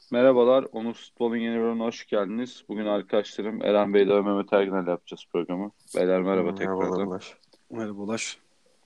Merhabalar, Onur Futbol'un yeni bölümüne hoş geldiniz. Bugün arkadaşlarım Eren Bey'le ve Mehmet Ergin'le yapacağız programı. Beyler merhaba Merhabalar tekrardan. Ulaş. Merhaba Ulaş.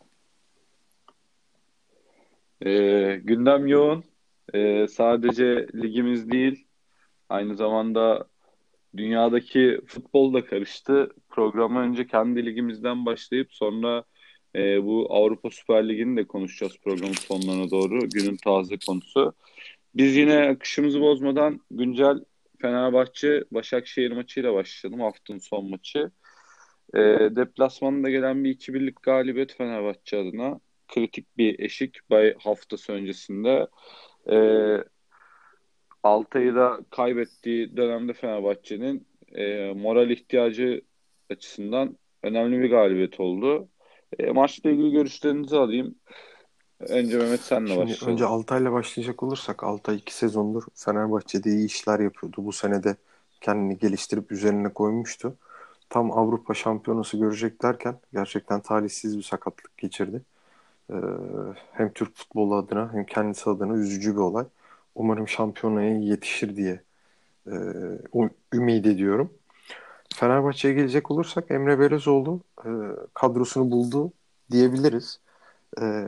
Gündem yoğun. Sadece ligimiz değil, aynı zamanda dünyadaki futbol da karıştı. Programa önce kendi ligimizden başlayıp sonra bu Avrupa Süper Ligi'ni de konuşacağız programın sonlarına doğru. Günün taze konusu. Biz yine akışımızı bozmadan güncel Fenerbahçe Başakşehir maçıyla başlayalım. Haftanın son maçı. E, Deplasmanda gelen bir 2-1'lik galibiyet Fenerbahçe adına. Kritik bir eşik bay haftası öncesinde. E, Altay'ı da kaybettiği dönemde Fenerbahçe'nin moral ihtiyacı açısından önemli bir galibiyet oldu. Maçla ilgili görüşlerinizi alayım. Önce Mehmet senle Şimdi önce başlayalım. Altay'la başlayacak olursak Altay 2 sezondur Fenerbahçe'de iyi işler yapıyordu. Bu sene de kendini geliştirip üzerine koymuştu. Tam Avrupa Şampiyonası görecek derken gerçekten talihsiz bir sakatlık geçirdi. Ee, Hem Türk futbolu adına hem kendisi adına üzücü bir olay. Umarım şampiyonaya yetişir diye e, ümit ediyorum. Fenerbahçe'ye gelecek olursak Emre Belözoğlu kadrosunu buldu diyebiliriz. E,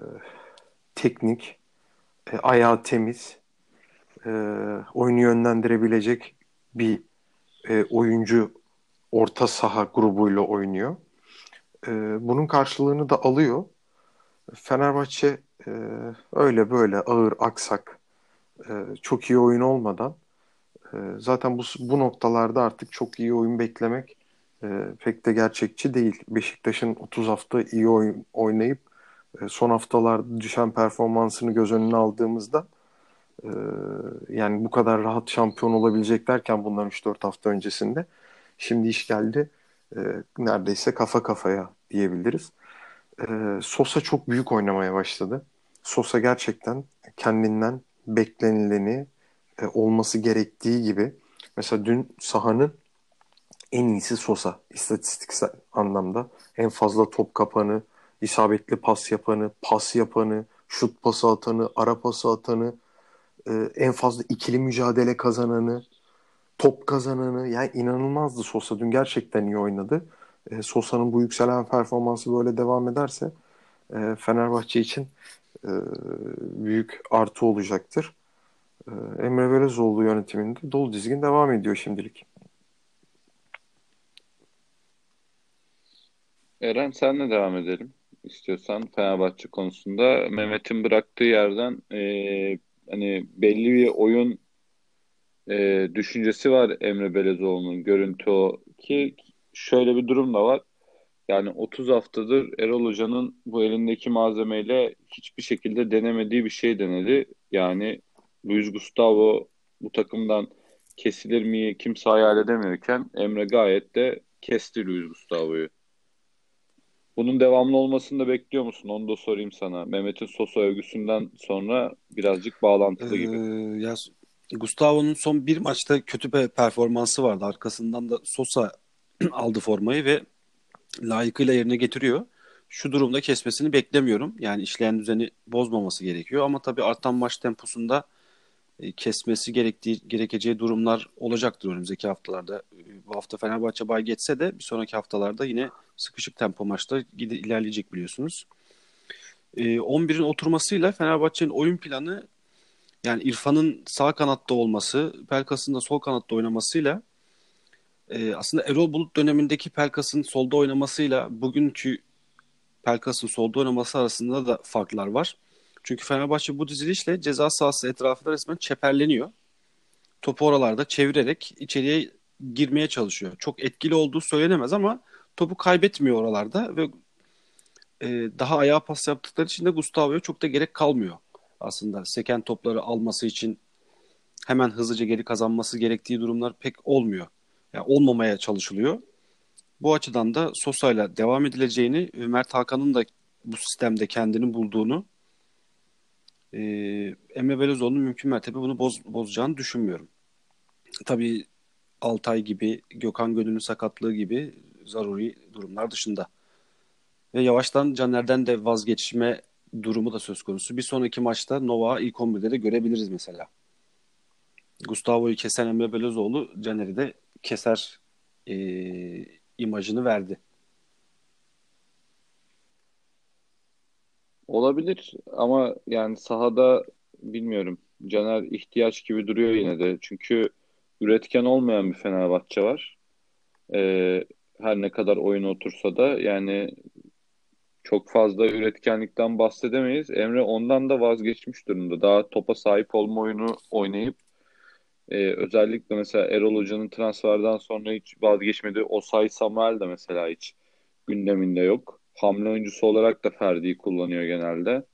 Teknik, ayağı temiz, e, oyunu yönlendirebilecek bir oyuncu orta saha grubuyla oynuyor. Bunun karşılığını da alıyor. Fenerbahçe e, öyle böyle ağır aksak çok iyi oyun olmadan zaten bu noktalarda artık çok iyi oyun beklemek pek de gerçekçi değil. Beşiktaş'ın 30 hafta iyi oyun oynayıp son haftalarda düşen performansını göz önüne aldığımızda Ee, yani bu kadar rahat şampiyon olabilecek derken bundan 3-4 hafta öncesinde şimdi iş geldi e, neredeyse kafa kafaya diyebiliriz. Sosa çok büyük oynamaya başladı. Sosa gerçekten kendinden beklenileni olması gerektiği gibi mesela dün sahanın en iyisi Sosa istatistiksel anlamda en fazla top kapanı, isabetli pas yapanı, pas yapanı, şut pası atanı, ara pası atanı, en fazla ikili mücadele kazananı, top kazananı. Yani inanılmazdı Sosa. Dün gerçekten iyi oynadı. Sosa'nın bu yükselen performansı böyle devam ederse Fenerbahçe için e, büyük artı olacaktır. Emre Belözoğlu yönetiminde dolu dizgin devam ediyor şimdilik. Eren senle devam edelim istiyorsan Fenerbahçe konusunda. Mehmet'in bıraktığı yerden hani belli bir oyun düşüncesi var Emre Belezoğlu'nun. Görüntü o ki şöyle bir durum da var. Yani 30 haftadır Erol Hoca'nın bu elindeki malzemeyle hiçbir şekilde denemediği bir şey denedi. Yani Luis Gustavo bu takımdan kesilir mi kimse hayal edemiyorken Emre gayet de kesti Luis Gustavo'yu. Bunun devamlı olmasını da bekliyor musun? Onu da sorayım sana. Mehmet'in Sosa övgüsünden sonra birazcık Ee, bağlantılı gibi. ya Gustavo'nun son bir maçta kötü bir performansı vardı. Arkasından da Sosa aldı formayı ve layıkıyla yerine getiriyor. Şu durumda kesmesini beklemiyorum. Yani işleyen düzeni bozmaması gerekiyor. Ama tabii artan maç temposunda kesmesi gerekeceği durumlar olacaktır önümüzdeki haftalarda. Bu hafta Fenerbahçe bay geçse de bir sonraki haftalarda yine sıkışık tempo maçta ilerleyecek biliyorsunuz. 11'in oturmasıyla Fenerbahçe'nin oyun planı yani İrfan'ın sağ kanatta olması, Pelkas'ın da sol kanatta oynamasıyla aslında Erol Bulut dönemindeki Pelkas'ın solda oynamasıyla bugünkü Pelkas'ın solda oynaması arasında da farklar var. Çünkü Fenerbahçe bu dizilişle ceza sahası etrafında resmen çeperleniyor. Topu oralarda çevirerek içeriye girmeye çalışıyor. Çok etkili olduğu söylenemez ama topu kaybetmiyor oralarda ve daha ayağa pas yaptıkları için de Gustavo'ya çok da gerek kalmıyor aslında. Seken topları alması için hemen hızlıca geri kazanması gerektiği durumlar pek olmuyor. Yani olmamaya çalışılıyor. Bu açıdan da Sosa'yla devam edileceğini, Mert Hakan'ın da bu sistemde kendini bulduğunu, e, Emre Belözoğlu'nun mümkün mertebe bunu bozacağını düşünmüyorum. Tabii Altay gibi, Gökhan Gönül'ün sakatlığı gibi zaruri durumlar dışında. Ve yavaştan Caner'den de vazgeçme durumu da söz konusu. Bir sonraki maçta Nova'yı ilk 11'de de görebiliriz mesela. Gustavo'yu kesen Emre Belözoğlu Caner'i de keser imajını verdi. Olabilir ama yani sahada bilmiyorum. Caner ihtiyaç gibi duruyor yine de. Çünkü üretken olmayan bir Fenerbahçe var. Her ne kadar oyun otursa da yani çok fazla üretkenlikten bahsedemeyiz. Emre ondan da vazgeçmiş durumda. Daha topa sahip olma oyunu oynayıp özellikle mesela Erol Hoca'nın transferden sonra hiç vazgeçmediği Osay Samuel de mesela hiç gündeminde yok. Hamle oyuncusu olarak da Ferdi'yi kullanıyor genelde.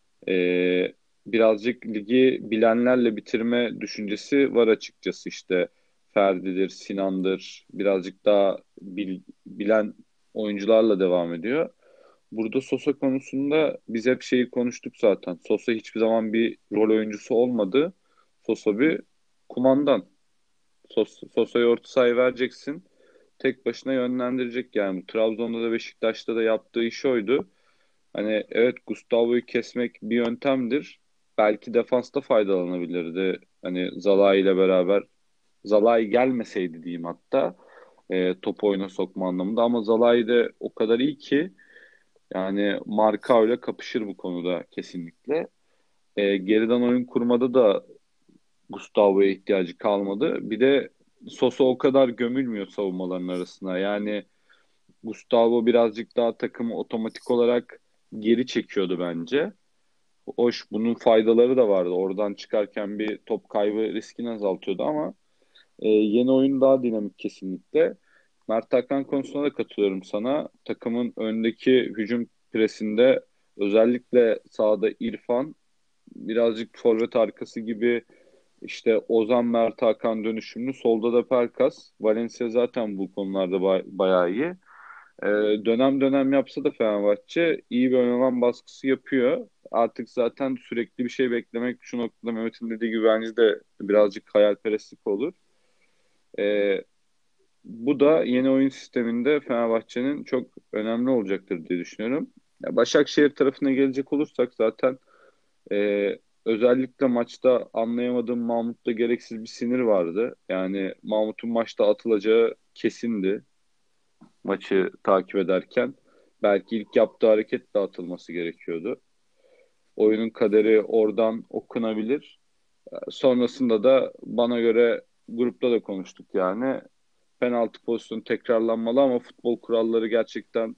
Birazcık ligi bilenlerle bitirme düşüncesi var açıkçası işte. Ferdi'dir, Sinan'dır. Birazcık daha bilen oyuncularla devam ediyor. Burada Sosa konusunda biz hep şeyi konuştuk zaten. Sosa hiçbir zaman bir rol oyuncusu olmadı. Sosa bir kumandan. Sosa'ya orta sahayı vereceksin. Tek başına yönlendirecek yani. Trabzon'da da Beşiktaş'ta da yaptığı iş oydu. Hani evet Gustavo'yu kesmek bir yöntemdir. Belki defansta faydalanabilirdi. Hani Zalai ile beraber. Zalai gelmeseydi diyeyim hatta. Topu oyuna sokma anlamında. Ama Zalai de o kadar iyi ki yani Marka ile kapışır bu konuda kesinlikle. Geriden oyun kurmada da Gustavo'ya ihtiyacı kalmadı. Bir de Sosa o kadar gömülmüyor savunmaların arasına. Yani Gustavo birazcık daha takımı otomatik olarak geri çekiyordu bence. Hoş bunun faydaları da vardı. Oradan çıkarken bir top kaybı riskini azaltıyordu ama yeni oyun daha dinamik kesinlikle. Mert Hakan konusunda da katılıyorum sana. Takımın öndeki hücum presinde özellikle sağda İrfan birazcık forvet arkası gibi işte Ozan Mert Hakan dönüşümlü. Solda da Pelkas. Valencia zaten bu konularda bayağı iyi. Ee, Dönem dönem yapsa da Fenerbahçe iyi bir ön alan baskısı yapıyor. Artık zaten sürekli bir şey beklemek şu noktada Mehmet'in dediği gibi bence de birazcık hayalperestlik olur. Ee, Bu da yeni oyun sisteminde Fenerbahçe'nin çok önemli olacaktır diye düşünüyorum. Ya Başakşehir tarafına gelecek olursak zaten özellikle maçta anlayamadığım Mahmut'ta gereksiz bir sinir vardı. Yani Mahmut'un maçta atılacağı kesindi maçı takip ederken. Belki ilk yaptığı hareketle atılması gerekiyordu. Oyunun kaderi oradan okunabilir. Sonrasında da bana göre grupta da konuştuk yani. Penaltı pozisyonu tekrarlanmalı ama futbol kuralları gerçekten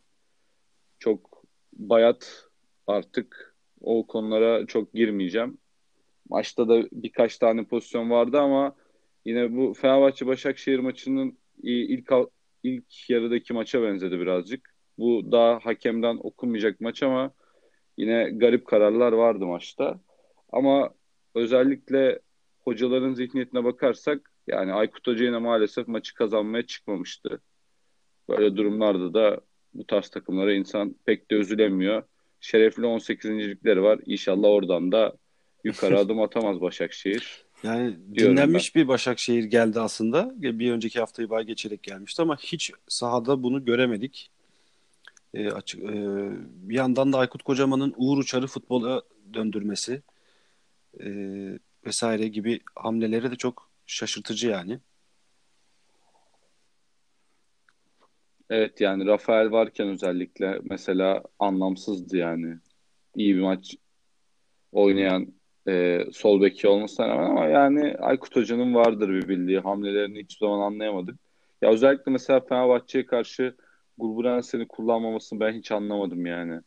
çok bayat artık. O konulara çok girmeyeceğim. Maçta da birkaç tane pozisyon vardı ama yine bu Fenerbahçe-Başakşehir maçının ilk yarıdaki maça benzedi birazcık. Bu daha hakemden okunmayacak maç ama yine garip kararlar vardı maçta. Ama özellikle hocaların zihniyetine bakarsak yani Aykut Hoca yine maalesef maçı kazanmaya çıkmamıştı. Böyle durumlarda da bu tarz takımlara insan pek de üzülemiyor. Şerefli 18.likleri var. İnşallah oradan da yukarı adım atamaz Başakşehir Yani diyorum ben. dinlenmiş bir Başakşehir geldi aslında. Bir önceki haftayı bay geçerek gelmişti ama hiç sahada bunu göremedik. Bir yandan da Aykut Kocaman'ın Uğur Uçar'ı futbola döndürmesi e, vesaire gibi hamleleri de çok şaşırtıcı yani. Evet yani Rafael varken özellikle mesela anlamsızdı yani. İyi bir maç oynayan sol beki olmasına rağmen ama yani Aykut Hoca'nın vardır bir bildiği hamlelerini hiçbir zaman anlayamadık. Ya özellikle mesela Fenerbahçe'ye karşı Gulbransen'i kullanmamasını ben hiç anlamadım yani.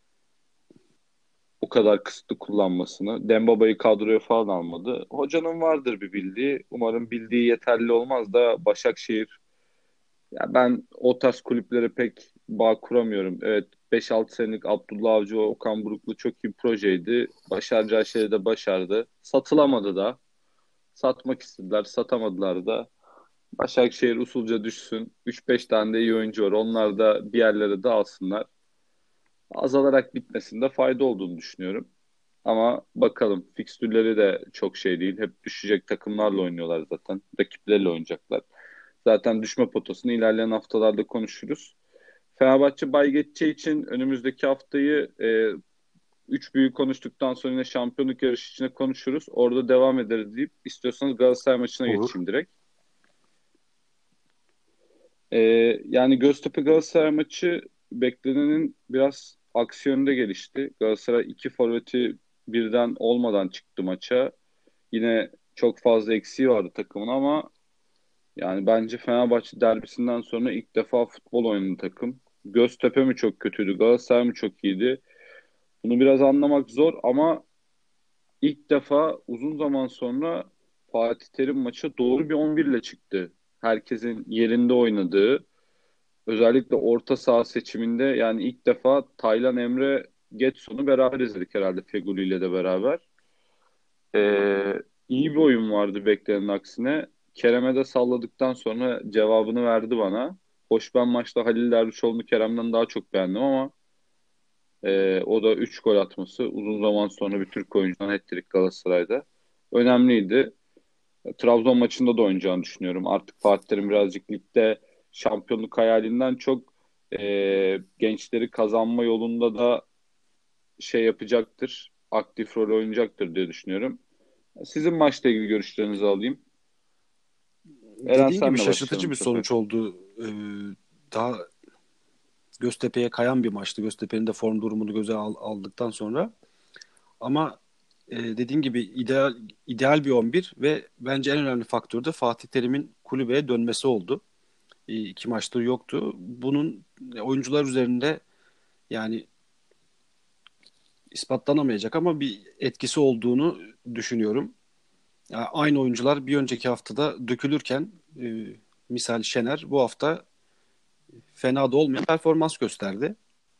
O kadar kısıtlı kullanmasını. Dembaba'yı kadroya falan almadı. Hocanın vardır bir bildiği. Umarım bildiği yeterli olmaz da Başakşehir. Ya ben o tarz kulüplere pek bağ kuramıyorum. Evet 5-6 senelik Abdullah Avcı ve Okan Buruklu çok iyi bir projeydi. Başaracağı şeyi de başardı. Satılamadı da. Satmak istediler, satamadılar da. Başakşehir usulca düşsün. 3-5 tane de iyi oyuncu var. Onlar da bir yerlere dağılsınlar. Azalarak bitmesinde fayda olduğunu düşünüyorum. Ama bakalım fikstürleri de çok şey değil. Hep düşecek takımlarla oynuyorlar zaten. Rakipleriyle oynayacaklar. Zaten düşme potasını ilerleyen haftalarda konuşuruz. Fenerbahçe bay geçeceği için önümüzdeki haftayı üç büyük konuştuktan sonra yine şampiyonluk yarışı içine konuşuruz. Orada devam ederiz deyip istiyorsanız Galatasaray maçına Olur. geçeyim direkt. Ee, Yani Göztepe Galatasaray maçı beklenenin biraz aksi yönde gelişti. Galatasaray iki forveti birden olmadan çıktı maça. Yine çok fazla eksiği vardı takımın ama yani bence Fenerbahçe derbisinden sonra ilk defa futbol oynadı takım. Göztepe mi çok kötüydü, Galatasaray mı çok iyiydi? Bunu biraz anlamak zor ama ilk defa uzun zaman sonra Fatih Terim maça doğru bir 11 ile çıktı. Herkesin yerinde oynadığı, özellikle orta saha seçiminde yani ilk defa Taylan, Emre, Getson'u beraber izledik herhalde Feguli ile de beraber. İyi bir oyun vardı beklenenin aksine. Kerem'e de salladıktan sonra cevabını verdi bana. Hoş ben maçta Halil Dervişoğlu'nu Kerem'den daha çok beğendim ama o da 3 gol atması uzun zaman sonra bir Türk oyuncudan hat-trick Galatasaray'da önemliydi. Trabzon maçında da oynayacağını düşünüyorum. Artık Fatih Terim birazcık ligde şampiyonluk hayalinden çok gençleri kazanma yolunda da şey yapacaktır. Aktif rol oynayacaktır diye düşünüyorum. Sizin maçla ilgili görüşlerinizi alayım. Eren Dediğin gibi senle başlayalım şaşırtıcı bu bir sefer. sonuç oldu. Daha Göztepe'ye kayan bir maçtı. Göztepe'nin de form durumunu göze aldıktan sonra. Ama dediğin gibi ideal bir 11 ve bence en önemli faktör de Fatih Terim'in kulübeye dönmesi oldu. İki maçtır yoktu. Bunun oyuncular üzerinde yani ispatlanamayacak ama bir etkisi olduğunu düşünüyorum. Yani aynı oyuncular bir önceki haftada dökülürken misal Şener bu hafta fena da olmayan performans gösterdi.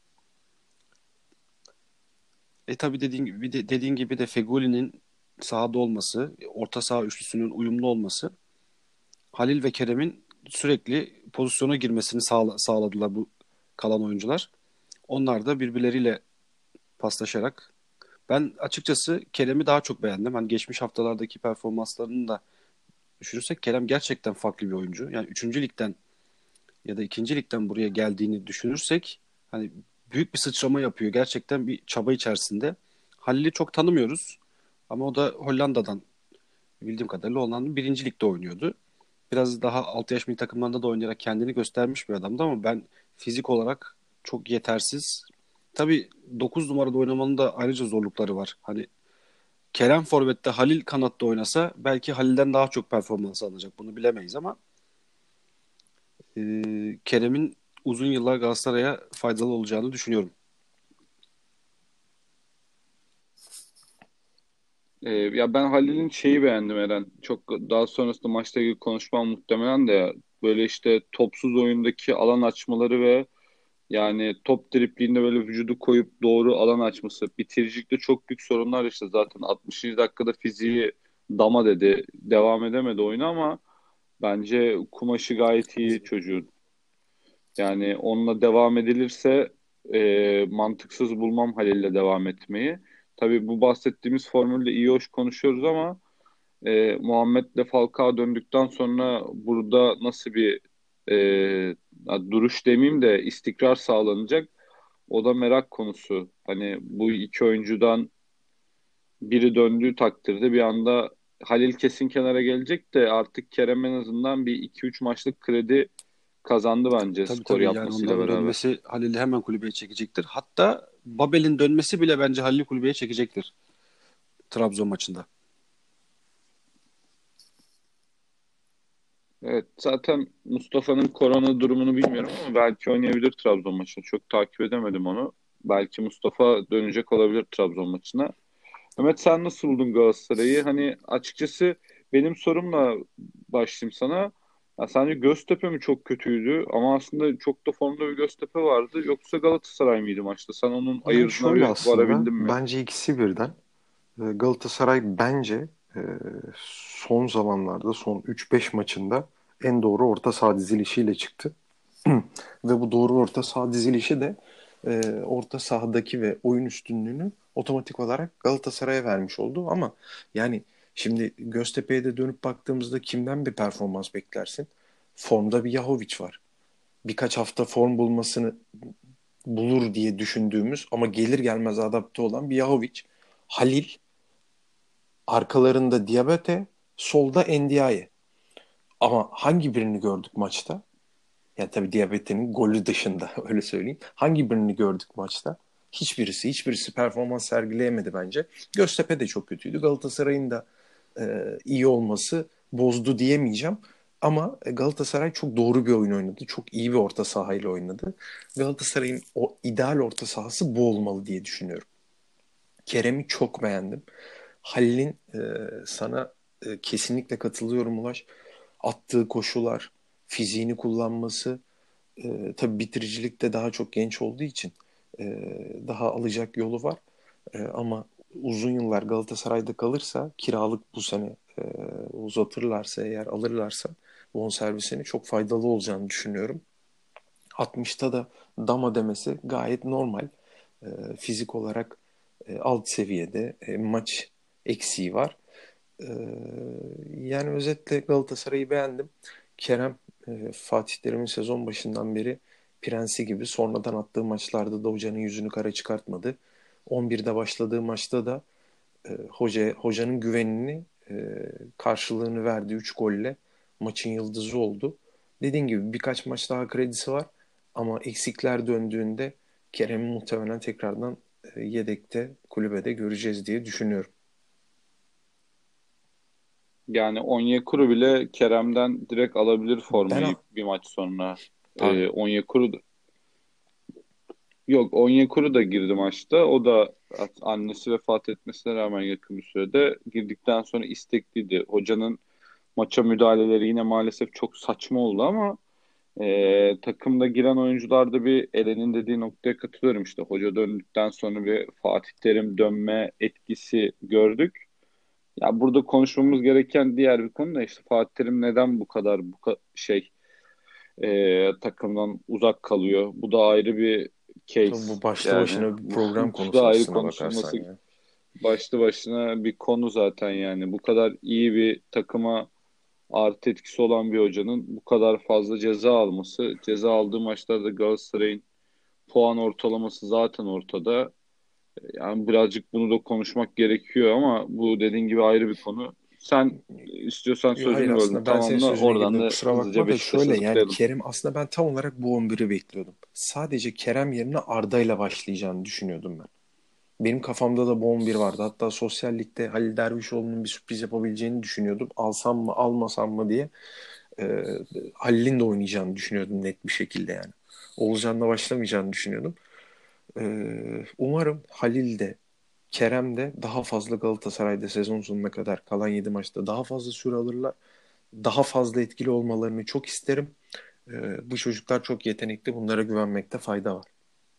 Tabii dediğin gibi de Fegoli'nin sahada olması, orta saha üçlüsünün uyumlu olması, Halil ve Kerem'in sürekli pozisyona girmesini sağladılar bu kalan oyuncular. Onlar da birbirleriyle paslaşarak ben açıkçası Kerem'i daha çok beğendim. Hani geçmiş haftalardaki performanslarını da düşünürsek Kerem gerçekten farklı bir oyuncu. Yani 3. ligden ya da 2. ligden buraya geldiğini düşünürsek hani büyük bir sıçrama yapıyor. Gerçekten bir çaba içerisinde. Halil'i çok tanımıyoruz. Ama o da Hollanda'dan bildiğim kadarıyla Hollanda'nın 1. ligde oynuyordu. Biraz daha 6 yaş milli takımlarında da oynayarak kendini göstermiş bir adamdı ama ben fizik olarak çok yetersiz. Tabii 9 numarada oynamanın da ayrıca zorlukları var. Hani Kerem forvette Halil kanatta oynasa belki Halil'den daha çok performans alacak. Bunu bilemeyiz ama Kerem'in uzun yıllar Galatasaray'a faydalı olacağını düşünüyorum. Ya ben Halil'in şeyi beğendim Eren. Çok daha sonrasında maçla ilgili konuşmam muhtemelen de böyle işte topsuz oyundaki alan açmaları ve yani top dripliğinde böyle vücudu koyup doğru alan açması. Bitiricilikte çok büyük sorunlar işte zaten 60. dakikada fiziği dama dedi. Devam edemedi oyunu ama bence kumaşı gayet iyi çocuğun. Yani onunla devam edilirse mantıksız bulmam Halil'le devam etmeyi. Tabii bu bahsettiğimiz formülde iyi hoş konuşuyoruz ama Muhammed'le Falcao döndükten sonra burada nasıl bir duruş demeyeyim de istikrar sağlanacak o da merak konusu. Hani bu iki oyuncudan biri döndüğü takdirde bir anda Halil kesin kenara gelecek de artık Kerem en azından bir iki üç maçlık kredi kazandı bence Tabii skor tabii yani yapmasıyla onların beraber. dönmesi Halil'i hemen kulübeye çekecektir. Hatta Babel'in dönmesi bile bence Halil'i kulübeye çekecektir Trabzon maçında. Evet, zaten Mustafa'nın korona durumunu bilmiyorum ama belki oynayabilir Trabzon maçını. Çok takip edemedim onu. Belki Mustafa dönecek olabilir Trabzon maçına. Mehmet sen nasıl buldun Galatasaray'ı? Hani açıkçası benim sorumla başlayayım sana. Ya sence Göztepe mi çok kötüydü? Ama aslında çok da formda bir Göztepe vardı. Yoksa Galatasaray mıydı maçta? Sen onun Yani ayırdına şöyle bir aslında varabildin mi? bence ikisi birden. Galatasaray bence son zamanlarda son 3-5 maçında en doğru orta saha dizilişiyle çıktı. Ve bu doğru orta saha dizilişi de orta sahadaki ve oyun üstünlüğünü otomatik olarak Galatasaray'a vermiş oldu. Ama yani şimdi Göztepe'ye de dönüp baktığımızda kimden bir performans beklersin? Formda bir Yahoviç var. Birkaç hafta form bulmasını bulur diye düşündüğümüz ama gelir gelmez adapte olan bir Yahovic. Halil, arkalarında Diabate, solda Ndiaye. Ama hangi birini gördük maçta? Yani tabii Diabate'nin golü dışında öyle söyleyeyim. Hangi birini gördük maçta? Hiçbirisi performans sergileyemedi bence. Göztepe de çok kötüydü. Galatasaray'ın da iyi olması bozdu diyemeyeceğim. Ama Galatasaray çok doğru bir oyun oynadı. Çok iyi bir orta sahayla oynadı. Galatasaray'ın o ideal orta sahası bu olmalı diye düşünüyorum. Kerem'i çok beğendim. Halil'in sana kesinlikle katılıyorum Ulaş. Attığı koşular, fiziğini kullanması, tabii bitiricilikte daha çok genç olduğu için e, daha alacak yolu var. Ama uzun yıllar Galatasaray'da kalırsa kiralık bu sene uzatırlarsa eğer alırlarsa bonservisini çok faydalı olacağını düşünüyorum. 60'ta da Dama demesi gayet normal. Fizik olarak alt seviyede maç eksiği var. E, Yani özetle Galatasaray'ı beğendim. Kerem Fatih Terim'in sezon başından beri prensi gibi sonradan attığı maçlarda da hocanın yüzünü kara çıkartmadı. 11'de başladığı maçta da hocanın güvenini karşılığını verdi 3 golle maçın yıldızı oldu. Dediğim gibi birkaç maç daha kredisi var ama eksikler döndüğünde Kerem'i muhtemelen tekrardan yedekte kulübede göreceğiz diye düşünüyorum. Yani Onyekuru bile Kerem'den direkt alabilir Ben formayı bir maç sonra. pardon. Onyekuru da, yok, Onyekuru da girdi maçta. O da annesi vefat etmesine rağmen yakın bir sürede girdikten sonra istekliydi. Hocanın maça müdahaleleri yine maalesef çok saçma oldu ama takımda giren oyuncularda bir Eren'in dediği noktaya katılıyorum işte. Hoca döndükten sonra bir Fatih Terim dönme etkisi gördük. Ya burada konuşmamız gereken diğer bir konu da işte Fatih Terim neden bu kadar takımdan uzak kalıyor? Bu da ayrı bir Tabii case bu başlı yani. başına bir program Bu da konusu ayrı aslına bakarsan konuşulması ya. başlı başına bir konu zaten yani. Bu kadar iyi bir takıma artı etkisi olan bir hocanın bu kadar fazla ceza alması, ceza aldığı maçlarda Galatasaray'ın puan ortalaması zaten ortada. Yani birazcık bunu da konuşmak gerekiyor ama bu dediğin gibi ayrı bir konu. Sen istiyorsan Yo, hayır sözünü böldüm aslında ben senin tamamla. sözüne Oradan girdim da kusura hızlıca bakma da Beşiktaş'a şöyle yani zıplayalım. Kerem aslında ben tam olarak bu 11'i bekliyordum. Sadece Kerem yerine Arda ile başlayacağını düşünüyordum ben. Benim kafamda da bu 11 vardı. Hatta sosyallikte Halil Dervişoğlu'nun bir sürpriz yapabileceğini düşünüyordum. Alsam mı almasam mı diye e, Halil'in de oynayacağını düşünüyordum net bir şekilde yani. Oğulcan'la başlamayacağını düşünüyordum. Umarım Halil de Kerem de daha fazla Galatasaray'da sezon sonuna kadar kalan 7 maçta daha fazla süre alırlar. Daha fazla etkili olmalarını çok isterim. Bu çocuklar çok yetenekli. Bunlara güvenmekte fayda var.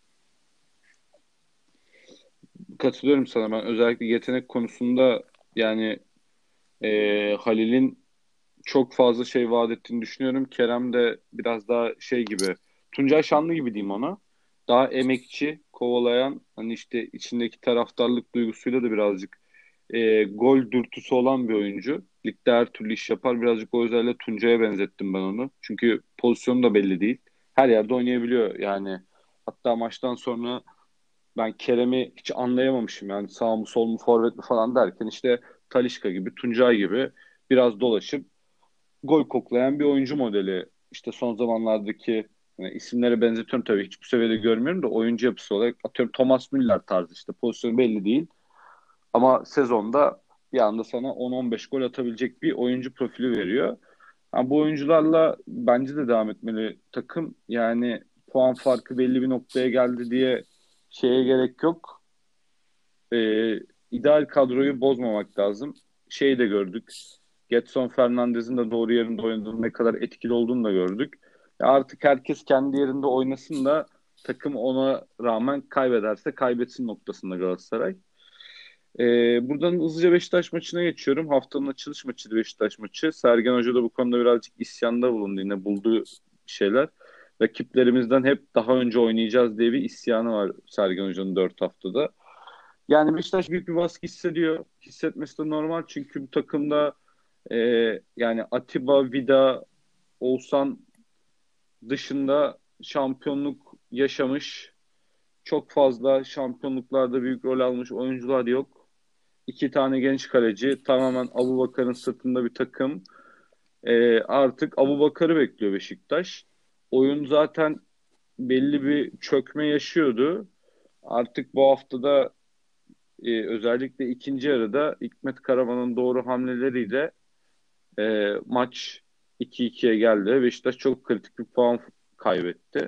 Katılıyorum sana ben. Özellikle yetenek konusunda yani Halil'in çok fazla şey vaat ettiğini düşünüyorum. Kerem de biraz daha şey gibi. Tuncay Şanlı gibi diyeyim ona. Daha emekçi, kovalayan, hani işte içindeki taraftarlık duygusuyla da birazcık gol dürtüsü olan bir oyuncu. Ligde her türlü iş yapar. Birazcık o özellikle Tuncay'a benzettim ben onu. Çünkü pozisyonu da belli değil. Her yerde oynayabiliyor yani. Hatta maçtan sonra ben Kerem'i hiç anlayamamışım. Yani sağ mı sol mu forvet mi falan derken işte Talisca gibi, Tuncay gibi biraz dolaşıp gol koklayan bir oyuncu modeli. İşte son zamanlardaki yani isimlere benzetiyorum tabii hiç bu seviyede görmüyorum da oyuncu yapısı olarak atıyorum Thomas Müller tarzı işte pozisyonu belli değil. Ama sezonda bir anda sana 10-15 gol atabilecek bir oyuncu profili veriyor. Ha, bu oyuncularla bence de devam etmeli takım. Yani puan farkı belli bir noktaya geldi diye şeye gerek yok. İdeal kadroyu bozmamak lazım. Şeyi de gördük. Getson Fernandez'in de doğru yerinde oynadığını ne kadar etkili olduğunu da gördük. Ya artık herkes kendi yerinde oynasın da takım ona rağmen kaybederse kaybetsin noktasında Galatasaray. Buradan hızlıca Beşiktaş maçına geçiyorum. Haftanın açılış maçıydı Beşiktaş maçı. Sergen Hoca da bu konuda birazcık isyanda bulundu. Yine bulduğu şeyler. Rakiplerimizden hep daha önce oynayacağız diye bir isyanı var Sergen Hoca'nın 4 haftada. Yani Beşiktaş büyük bir baskı hissediyor. Hissetmesi de normal çünkü bu takımda e, yani Atiba, Vida, Oğuzhan dışında şampiyonluk yaşamış. çok fazla şampiyonluklarda büyük rol almış oyuncular yok. İki tane genç kaleci, tamamen Abubakar'ın sırtında bir takım. Artık Abubakar'ı bekliyor Beşiktaş. Oyun zaten belli bir çökme yaşıyordu. Artık bu haftada özellikle ikinci yarıda Hikmet Karaman'ın doğru hamleleriyle maç 2-2'ye geldi. Beşiktaş çok kritik bir puan kaybetti.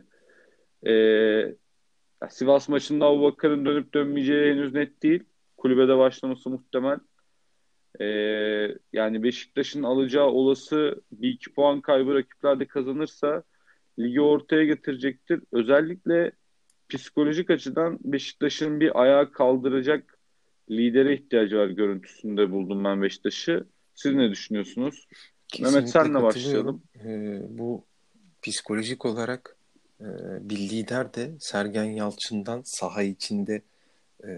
E, Sivas maçında Abubakar'ın dönüp dönmeyeceği henüz net değil. Kulübede başlaması muhtemel. E, Yani Beşiktaş'ın alacağı olası bir iki puan kaybı rakiplerde kazanırsa ligi ortaya getirecektir. Özellikle psikolojik açıdan Beşiktaş'ın bir ayağa kaldıracak lidere ihtiyacı var görüntüsünde buldum ben Beşiktaş'ı. Siz ne düşünüyorsunuz? Mehmet Kesinlikle senle katılıyorum. başlayalım. Bu psikolojik olarak e, bir lider de Sergen Yalçın'dan saha içinde e,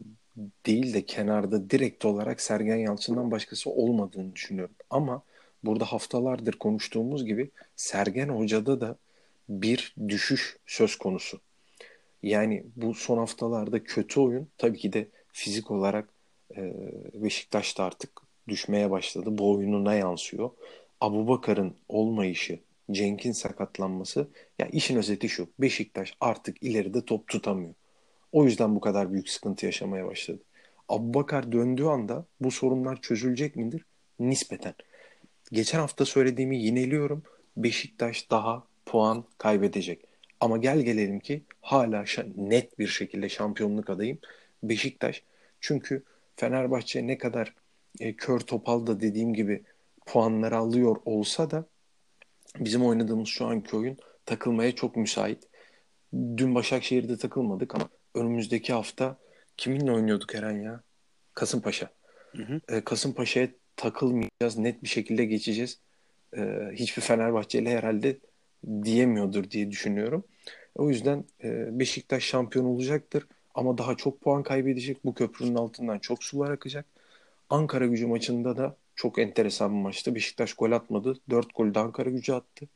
değil de kenarda direkt olarak Sergen Yalçın'dan başkası olmadığını düşünüyorum. Ama burada haftalardır konuştuğumuz gibi Sergen Hoca'da da bir düşüş söz konusu. Yani bu son haftalarda kötü oyun tabii ki de fizik olarak Beşiktaş'ta artık düşmeye başladı. Bu oyununa yansıyor. Abubakar'ın olmayışı, Cenk'in sakatlanması, ya işin özeti şu: Beşiktaş artık ileride top tutamıyor. O yüzden bu kadar büyük sıkıntı yaşamaya başladı. Abubakar döndüğü anda bu sorunlar çözülecek midir? Nispeten. Geçen hafta söylediğimi yineliyorum. Beşiktaş daha puan kaybedecek. Ama gel gelelim ki hala net bir şekilde şampiyonluk adayım Beşiktaş. Çünkü Fenerbahçe ne kadar kör topal da dediğim gibi puanları alıyor olsa da bizim oynadığımız şu anki oyun takılmaya çok müsait. Dün Başakşehir'de takılmadık ama önümüzdeki hafta kiminle oynuyorduk Eren ya? Kasımpaşa. Hı hı. Kasımpaşa'ya takılmayacağız. Net bir şekilde geçeceğiz. Hiçbir Fenerbahçeli herhalde diyemiyordur diye düşünüyorum. O yüzden Beşiktaş şampiyon olacaktır. Ama daha çok puan kaybedecek. Bu köprünün altından çok sular akacak. Ankara-Gücü maçında da çok enteresan bir maçtı. Beşiktaş gol atmadı. 4 gol de Ankara-Gücü attı.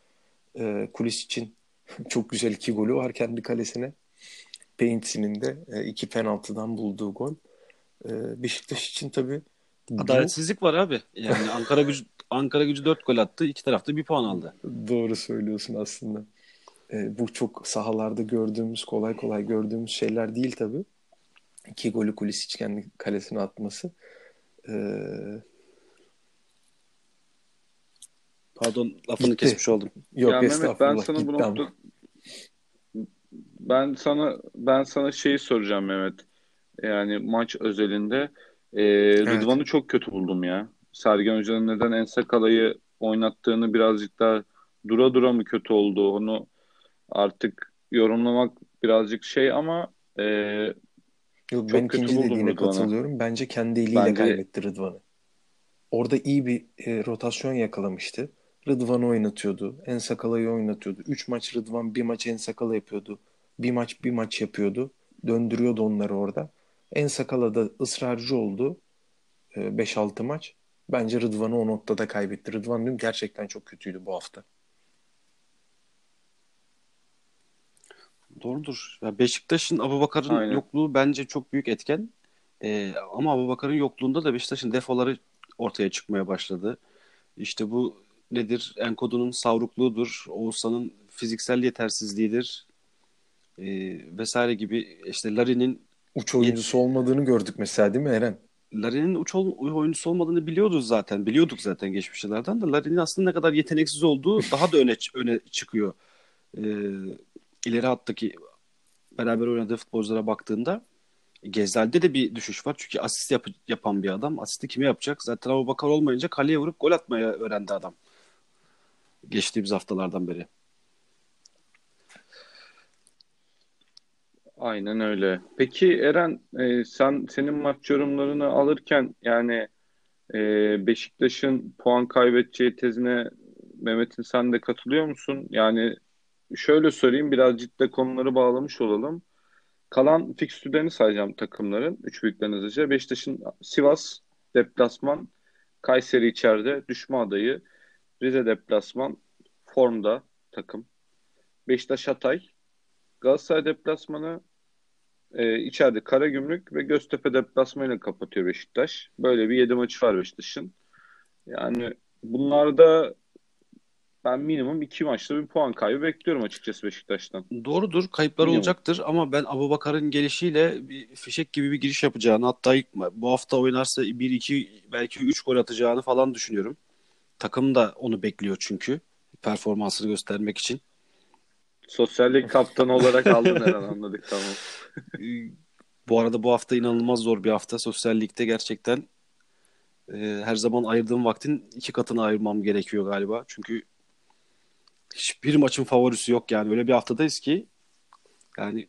Kulis için çok güzel 2 golü var kendi kalesine. Paints'inin de 2 penaltıdan bulduğu gol. Beşiktaş için tabii bu Adaletsizlik var abi. Yani Ankara Gücü 4 gol attı. İki tarafta bir puan aldı. doğru söylüyorsun aslında. Bu çok sahalarda gördüğümüz, kolay kolay gördüğümüz şeyler değil tabii. 2 golü Kulisic kendi kalesine atması. Ee, Pardon, lafını Gitti. kesmiş oldum. Yok Ya Mehmet ben estağfurullah, sana bu gitti ama. nokta ben sana şeyi soracağım Mehmet. Yani maç özelinde Evet. Rıdvan'ı çok kötü buldum ya. Sergen Hoca'nın neden Ensakala'yı oynattığını birazcık daha dura dura mı kötü oldu onu artık yorumlamak birazcık şey ama Yok, ben çok kötü ikinci buldum dediğine Rıdvan'ı. katılıyorum. Bence kendi eliyle Bence kaybetti Rıdvan'ı. Orada iyi bir rotasyon yakalamıştı. Rıdvan'ı oynatıyordu. Ensakala'yı oynatıyordu. 3 maç Rıdvan, bir maç Ensakala yapıyordu. Bir maç yapıyordu. Döndürüyordu onları orada. Ensakala da ısrarcı oldu. 5-6 maç. Bence Rıdvan'ı o noktada kaybetti. Rıdvan dün gerçekten çok kötüydü bu hafta. Doğrudur. Ya Beşiktaş'ın Abubakar'ın aynen. yokluğu bence çok büyük etken. Ama Abubakar'ın yokluğunda da Beşiktaş'ın defoları ortaya çıkmaya başladı. İşte bu nedir? Enkodu'nun savrukluğudur. Oğuzhan'ın fiziksel yetersizliğidir. Vesaire gibi. İşte Uç oyuncusu olmadığını gördük mesela, değil mi Eren? Larin'in oyuncusu olmadığını biliyorduk zaten. Biliyorduk zaten geçmiş yıllardan da Larin'in aslında ne kadar yeteneksiz olduğu daha da öne çıkıyor. Ee, ileri hattaki beraber oynadığı futbolculara baktığında Gezzal'de de bir düşüş var. Çünkü asist yapan bir adam. Asisti kime yapacak? Zaten Abubakar olmayınca kaleye vurup gol atmayı öğrendi adam. Geçtiğimiz haftalardan beri. Aynen öyle. Peki Eren, senin maç yorumlarını alırken yani Beşiktaş'ın puan kaybedeceği tezine Mehmet'in sen de katılıyor musun? Yani şöyle sorayım birazcık da konuları bağlamış olalım. Kalan fikstürlerini sayacağım takımların. Üç büyüklerin hızlıca. Beşiktaş'ın Sivas deplasman, Kayseri içeride düşme adayı, Rize deplasman formda takım. Beşiktaş Hatay, Galatasaray deplasmanı, içeride Karagümrük ve Göztepe deplasmanıyla kapatıyor Beşiktaş. Böyle bir 7 maçı var Beşiktaş'ın. Yani bunlarda ben minimum 2 maçta bir puan kaybı bekliyorum açıkçası Beşiktaş'tan. Doğrudur, kayıplar Minimum. olacaktır ama ben Abubakar'ın gelişiyle bir fişek gibi bir giriş yapacağını, hatta bu hafta oynarsa bir iki belki 3 gol atacağını falan düşünüyorum. Takım da onu bekliyor çünkü performansını göstermek için. Sosyallik kaptanı olarak aldın her an, anladık, tamam. Bu arada bu hafta inanılmaz zor bir hafta. Sosyal Lig'de gerçekten her zaman ayırdığım vaktin 2 katını ayırmam gerekiyor galiba. Çünkü hiçbir maçın favorisi yok yani. Öyle bir haftadayız ki yani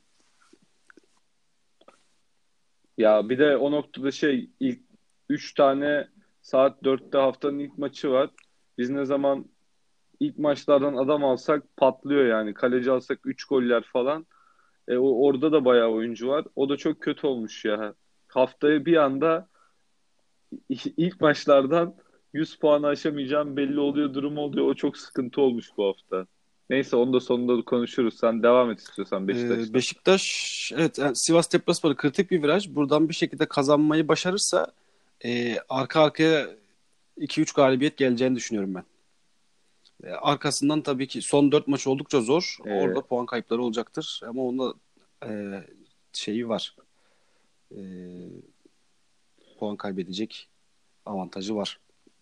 Ya bir de o noktada ilk 3 tane saat 4'te haftanın ilk maçı var. Biz ne zaman ilk maçlardan adam alsak patlıyor yani. Kaleci alsak 3 goller falan. Orada da bayağı oyuncu var. O da çok kötü olmuş ya. Haftaya bir anda ilk maçlardan 100 puanı aşamayacağım belli oluyor, durum oluyor. O çok sıkıntı olmuş bu hafta. Neyse, onu da sonunda konuşuruz. Sen devam et istiyorsan Beşiktaş'tan. Beşiktaş, evet, yani Sivas deplasmanı kritik bir viraj. Buradan bir şekilde kazanmayı başarırsa arka arkaya 2-3 galibiyet geleceğini düşünüyorum ben. Arkasından tabii ki son 4 maç oldukça zor. Ee, Orada puan kayıpları olacaktır. Ama onda e, şeyi var. E, puan kaybedecek avantajı var.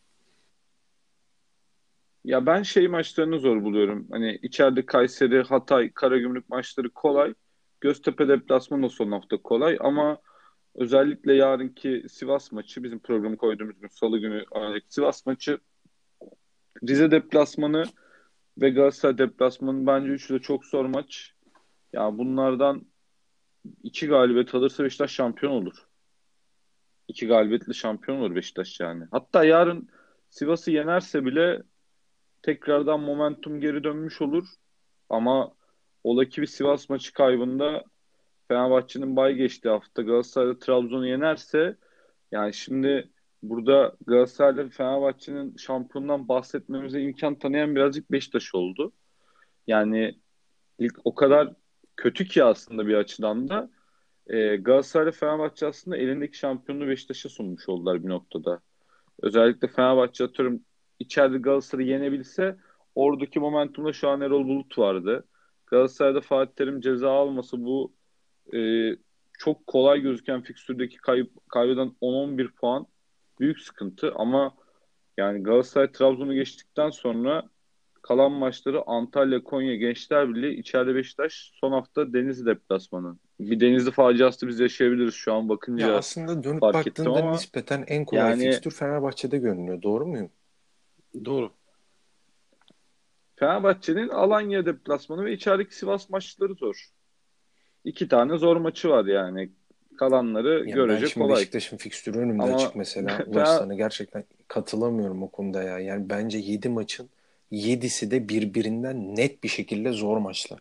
Ya ben maçlarını zor buluyorum. Hani içeride Kayseri, Hatay, Karagümrük maçları kolay. Göztepe deplasmanı da son hafta kolay ama özellikle yarınki Sivas maçı, bizim programı koyduğumuz gün Salı günü oynayacak Sivas maçı, Rize deplasmanı ve Galatasaray deplasmanı, bence üçü de çok zor maç. Ya bunlardan iki galibiyet alırsa Beşiktaş şampiyon olur. İki galibiyetle şampiyon olur Beşiktaş yani. Hatta yarın Sivas'ı yenerse bile tekrardan momentum geri dönmüş olur. Ama ola ki bir Sivas maçı kaybında Fenerbahçe'nin bay geçtiği hafta Galatasaray'da Trabzon'u yenerse, yani şimdi burada Galatasaray'la Fenerbahçe'nin şampiyondan bahsetmemize imkan tanıyan birazcık Beşiktaş oldu. Yani ilk o kadar kötü ki aslında bir açıdan da Galatasaray Fenerbahçe aslında elindeki şampiyonluğu Beşiktaş'a sunmuş oldular bir noktada. Özellikle Fenerbahçe, atıyorum, içeride Galatasaray'ı yenebilse oradaki momentumda şu an Erol Bulut vardı. Galatasaray'da Fatih Terim ceza alması, bu e, çok kolay gözüken fikstürdeki kaybeden 10-11 puan büyük sıkıntı ama yani Galatasaray Trabzon'u geçtikten sonra kalan maçları Antalya, Konya, Gençlerbirliği, içeride Beşiktaş, son hafta Denizli deplasmanı. Bir Denizli faciası biz yaşayabiliriz şu an Ya bakınca, aslında dönüp fark ettim baktığında ama nispeten en kolay yani fikstür Fenerbahçe'de görünüyor. Doğru muyum? Doğru. Fenerbahçe'nin Alanya deplasmanı ve içerideki Sivas maçları zor. İki tane zor maçı var yani. Kalanları Yani ben görece şimdi kolay. Beşiktaş'ın fikstürü önümde Ama açık mesela. Ulaş, Fener, sana gerçekten katılamıyorum o konuda ya. Yani bence 7 maçın 7'si de birbirinden net bir şekilde zor maçlar.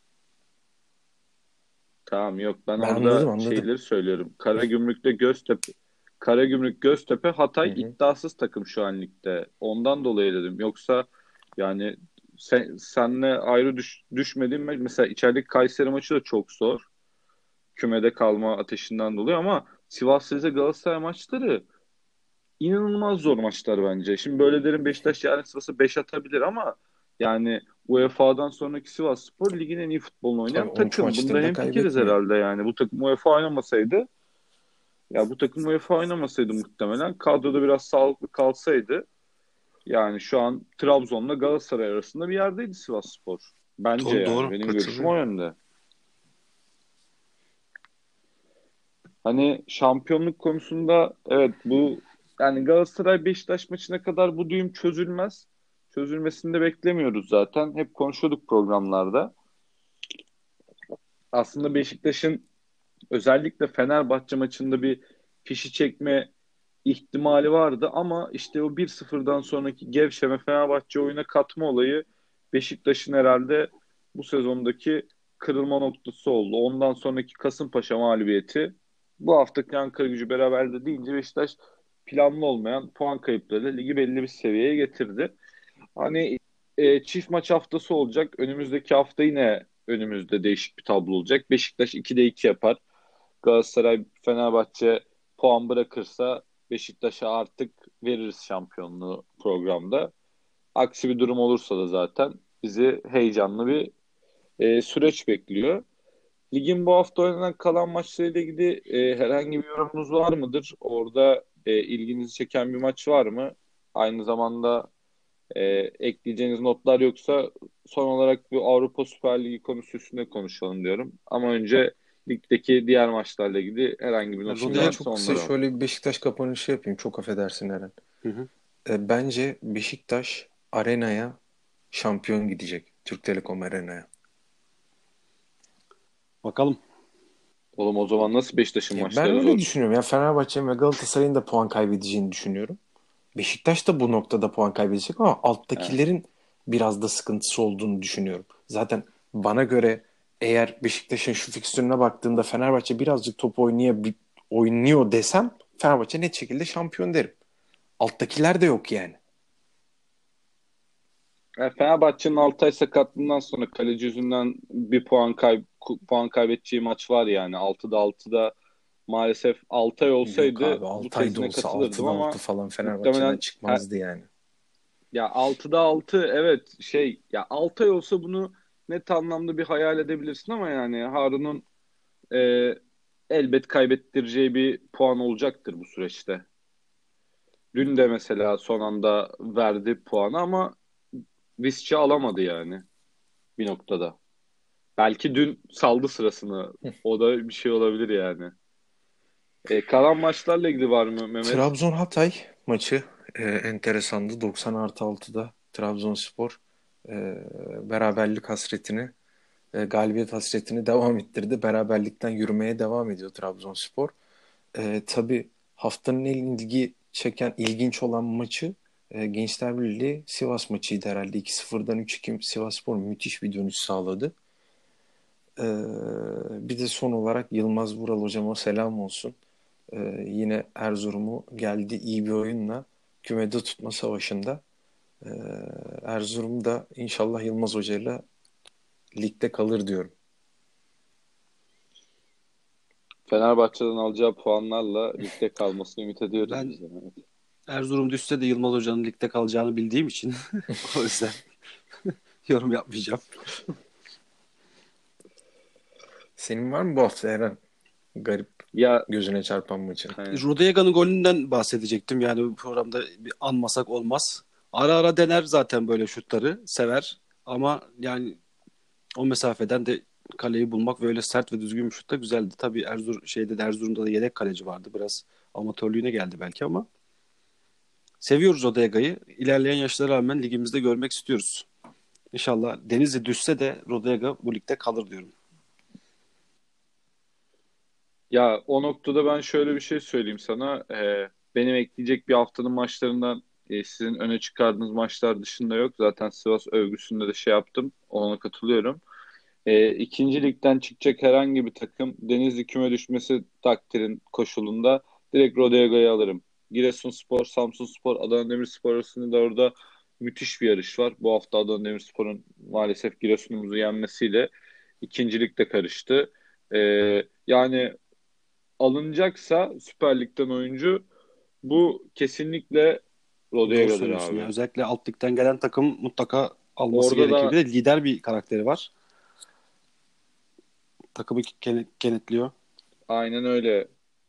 tamam, yok, ben Ben anladım orada anladım. şeyleri söylüyorum. Karagümrük, Göztepe, Hı Hatay hı. iddiasız takım şu an ligde. Ondan dolayı dedim. Yoksa yani senle ayrı düşmediğim mesela içerideki Kayseri maçı da çok zor. Kümede kalma ateşinden dolayı ama Sivas Rize Galatasaray maçları inanılmaz zor maçlar bence. Şimdi böyle derim, Beşiktaş yarın Sivas'a 5 atabilir ama yani UEFA'dan sonraki Sivasspor ligin en iyi futbolunu Tabii oynayan 13 takım. Bunda maçtır da hemfikiriz kaybetmiyor. herhalde yani. Bu takım UEFA oynamasaydı, bu takım UEFA oynamasaydı muhtemelen kadroda biraz sağlıklı kalsaydı, yani şu an Trabzon'la Galatasaray arasında bir yerdeydi Sivasspor. Bence Doğru yani. doğru. Benim görüşüm o Katılıyorum. yönde. Hani şampiyonluk konusunda, evet, bu yani Galatasaray Beşiktaş maçına kadar bu düğüm çözülmez. Çözülmesini de beklemiyoruz zaten. Hep konuşuyorduk programlarda. Aslında Beşiktaş'ın özellikle Fenerbahçe maçında bir fişi çekme ihtimali vardı ama işte o 1-0'dan sonraki gevşeme, Fenerbahçe oyuna katma olayı Beşiktaş'ın herhalde bu sezondaki kırılma noktası oldu. Ondan sonraki Kasımpaşa mağlubiyeti, bu haftaki Ankaragücü beraberinde deyince Beşiktaş planlı olmayan puan kayıplarıyla ligi belli bir seviyeye getirdi. Hani çift maç haftası olacak. Önümüzdeki hafta yine önümüzde değişik bir tablo olacak. Beşiktaş 2'de 2 yapar. Galatasaray, Fenerbahçe puan bırakırsa Beşiktaş'a artık veririz şampiyonluğu programda. Aksi bir durum olursa da zaten bizi heyecanlı bir süreç bekliyor. Ligin bu hafta oynanan kalan maçlarıyla ilgili herhangi bir yorumunuz var mıdır? Orada ilginizi çeken bir maç var mı? Aynı zamanda ekleyeceğiniz notlar yoksa son olarak bu Avrupa Süper Ligi konusu üstünde konuşalım diyorum. Ama önce ligdeki diğer maçlarla ilgili herhangi bir notum Ben Rodaya varsa çok kısa onları alalım. şöyle bir Beşiktaş kapanışı yapayım. Çok affedersin Eren. hı hı. Bence Beşiktaş Arena'ya şampiyon gidecek. Türk Telekom Arena'ya. Bakalım. Oğlum o zaman nasıl Beşiktaş'ın Ya ben maçları öyle zor? düşünüyorum. Ya Fenerbahçe ve Galatasaray'ın da puan kaybedeceğini düşünüyorum. Beşiktaş da bu noktada puan kaybedecek ama He. alttakilerin biraz da sıkıntısı olduğunu düşünüyorum. Zaten bana göre eğer Beşiktaş'ın şu fikstürüne baktığımda Fenerbahçe birazcık top oynuyor desem Fenerbahçe net şekilde şampiyon derim. Alttakiler de yok yani. Fenerbahçe'nin Altay sakatlığından sonra kaleci yüzünden bir puan kaybedeceği maç var yani. 6'da maalesef Altay Yok olsaydı abi bu 6 ayda tezine olsa katılırdım 6'da 6 ama falan Fenerbahçe'den muhtemelen çıkmazdı yani. ya 6'da 6 evet ya Altay olsa bunu net anlamda bir hayal edebilirsin ama yani Harun'un e, elbet kaybettireceği bir puan olacaktır bu süreçte. Dün de mesela son anda verdi puanı ama Visca alamadı yani bir noktada. Belki dün saldı sırasını. O da bir şey olabilir yani. Kalan maçlarla ilgili var mı Mehmet? Trabzon-Hatay maçı enteresandı. 90+6'da Trabzonspor beraberlik hasretini galibiyet hasretini devam ettirdi. Beraberlikten yürümeye devam ediyor Trabzonspor. Tabii haftanın en ilginç olan maçı Gençler Birliği Sivas maçıydı herhalde. 2-0'dan 3-2 Sivasspor müthiş bir dönüş sağladı. E, Bir de son olarak Yılmaz Vural hocama selam olsun. Yine Erzurum'u geldi iyi bir oyunla kümede tutma savaşında. Ee, Erzurum da inşallah Yılmaz Hoca'yla ligde kalır diyorum. Fenerbahçe'den alacağı puanlarla ligde kalmasını ümit ediyoruz Ben biz de Mehmet. Erzurum düşse de Yılmaz Hoca'nın ligde kalacağını bildiğim için o yüzden yorum yapmayacağım. Senin var mı bu hafta Eren? Garip Ya gözüne çarpan maçı. hani, Rodayega'nın golünden bahsedecektim. Yani bu programda bir anmasak olmaz. Ara ara dener zaten böyle şutları. Sever. Ama yani o mesafeden de kaleyi bulmak ve öyle sert ve düzgün bir şut da güzeldi. Tabii Erzurum'da da yedek kaleci vardı. Biraz amatörlüğüne geldi belki ama seviyoruz Rodayega'yı. İlerleyen yaşlara rağmen ligimizde görmek istiyoruz. İnşallah Denizli düşse de Rodayega bu ligde kalır diyorum. ya o noktada ben şöyle bir şey söyleyeyim sana. Benim ekleyecek bir haftanın maçlarından sizin öne çıkardığınız maçlar dışında yok. Zaten Sivas övgüsünde de şey yaptım. Ona katılıyorum. İkinci ligden çıkacak herhangi bir takım Denizli küme düşmesi takdirin koşulunda direkt Rodeo'yu alırım. Giresunspor, Samsunspor, Adana Demirspor arasında da orada müthiş bir yarış var. Bu hafta Adana Demirspor'un maalesef Giresun'umuzu yenmesiyle ikincilik de karıştı. Yani alınacaksa Süper Lig'den oyuncu bu kesinlikle Doğru Rodeo'dur söylüyorsun ya. abi. Özellikle alt ligden gelen takım mutlaka alması Orada gerekiyor. da Bir de lider bir karakteri var. Takımı kenetliyor. aynen öyle.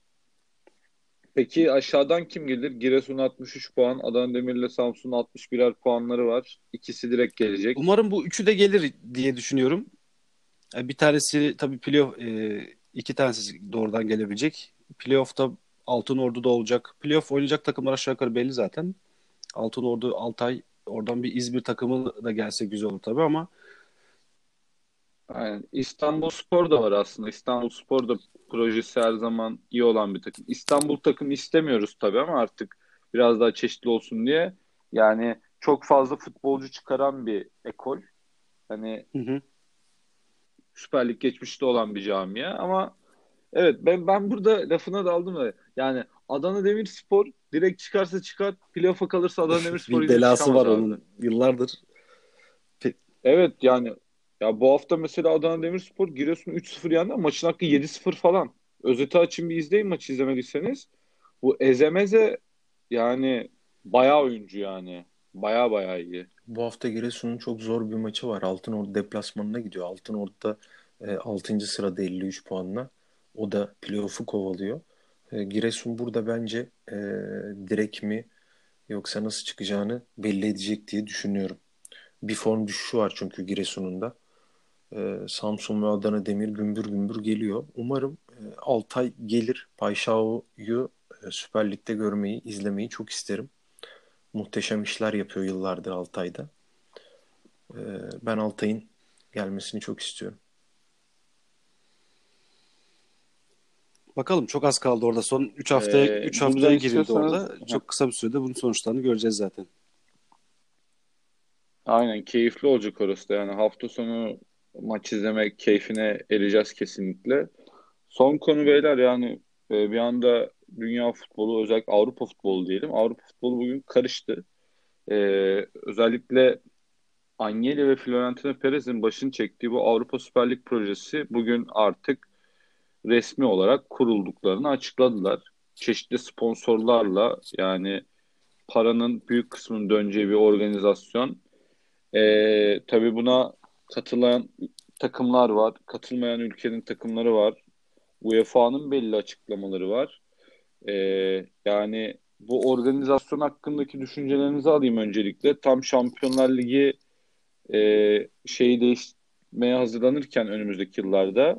Peki aşağıdan kim gelir? Giresun 63 puan, Adana Demir'le Samsun'un 61'er puanları var. İkisi direkt gelecek. Umarım bu üçü de gelir diye düşünüyorum. Bir tanesi tabii iki tanesi doğrudan gelebilecek. Playoff'ta Altınordu'da olacak. Playoff oynayacak takımlar aşağı yukarı belli zaten. Altınordu, Altay, oradan bir İzmir takımı da gelse güzel olur tabii ama Aynen. İstanbulspor da var aslında. İstanbulspor da projesi her zaman iyi olan bir takım. İstanbul takım istemiyoruz tabii ama artık biraz daha çeşitli olsun diye. Yani çok fazla futbolcu çıkaran bir ekol. Hani hı hı. Süper Lig geçmişte olan bir camia ama evet ben burada lafına daldım da yani Adana Demirspor direkt çıkarsa çıkar, playoff'a kalırsa Adana Demirspor Bir yine belası çıkamaz var abi. onun yıllardır. Evet yani ya bu hafta mesela Adana Demirspor Giresun'u 3-0 yendi ama maçın hakkı 7-0 falan. özeti açın bir izleyin maçı izlemediyseniz. Bu Ezemeze yani bayağı oyuncu yani. Bayağı iyi. Bu hafta Giresun'un çok zor bir maçı var. Altınordu deplasmanına gidiyor. Altınordu'da 6. sırada 53 puanla. O da playoff'u kovalıyor. Giresun burada bence direkt mi yoksa nasıl çıkacağını belli edecek diye düşünüyorum. Bir form düşüşü var çünkü Giresun'un da. Samsun ve Adana Demir gümbür gümbür geliyor. Umarım Altay gelir. Payşao'yu Süper Lig'de görmeyi, izlemeyi çok isterim. Muhteşem işler yapıyor yıllardır Altay'da. Ben Altay'ın gelmesini çok istiyorum. Bakalım, çok az kaldı orada. Son 3 haftaya Buradan girildi istiyorsanız orada. Çok kısa bir sürede bunun sonuçlarını göreceğiz zaten. aynen keyifli olacak orası da yani hafta sonu maç izlemek keyfine ereceğiz kesinlikle. Son konu beyler yani bir anda dünya futbolu özellikle Avrupa futbolu diyelim. Avrupa futbolu bugün karıştı. E, Özellikle Agnelli ve Florentino Perez'in başını çektiği bu Avrupa Süper Lig projesi bugün artık resmi olarak kurulduklarını açıkladılar. Çeşitli sponsorlarla yani paranın büyük kısmının döneceği bir organizasyon. Tabii buna katılan takımlar var, katılmayan ülkenin takımları var. UEFA'nın belli açıklamaları var. Yani bu organizasyon hakkındaki düşüncelerinizi alayım öncelikle. Tam Şampiyonlar Ligi şeyi değişmeye hazırlanırken önümüzdeki yıllarda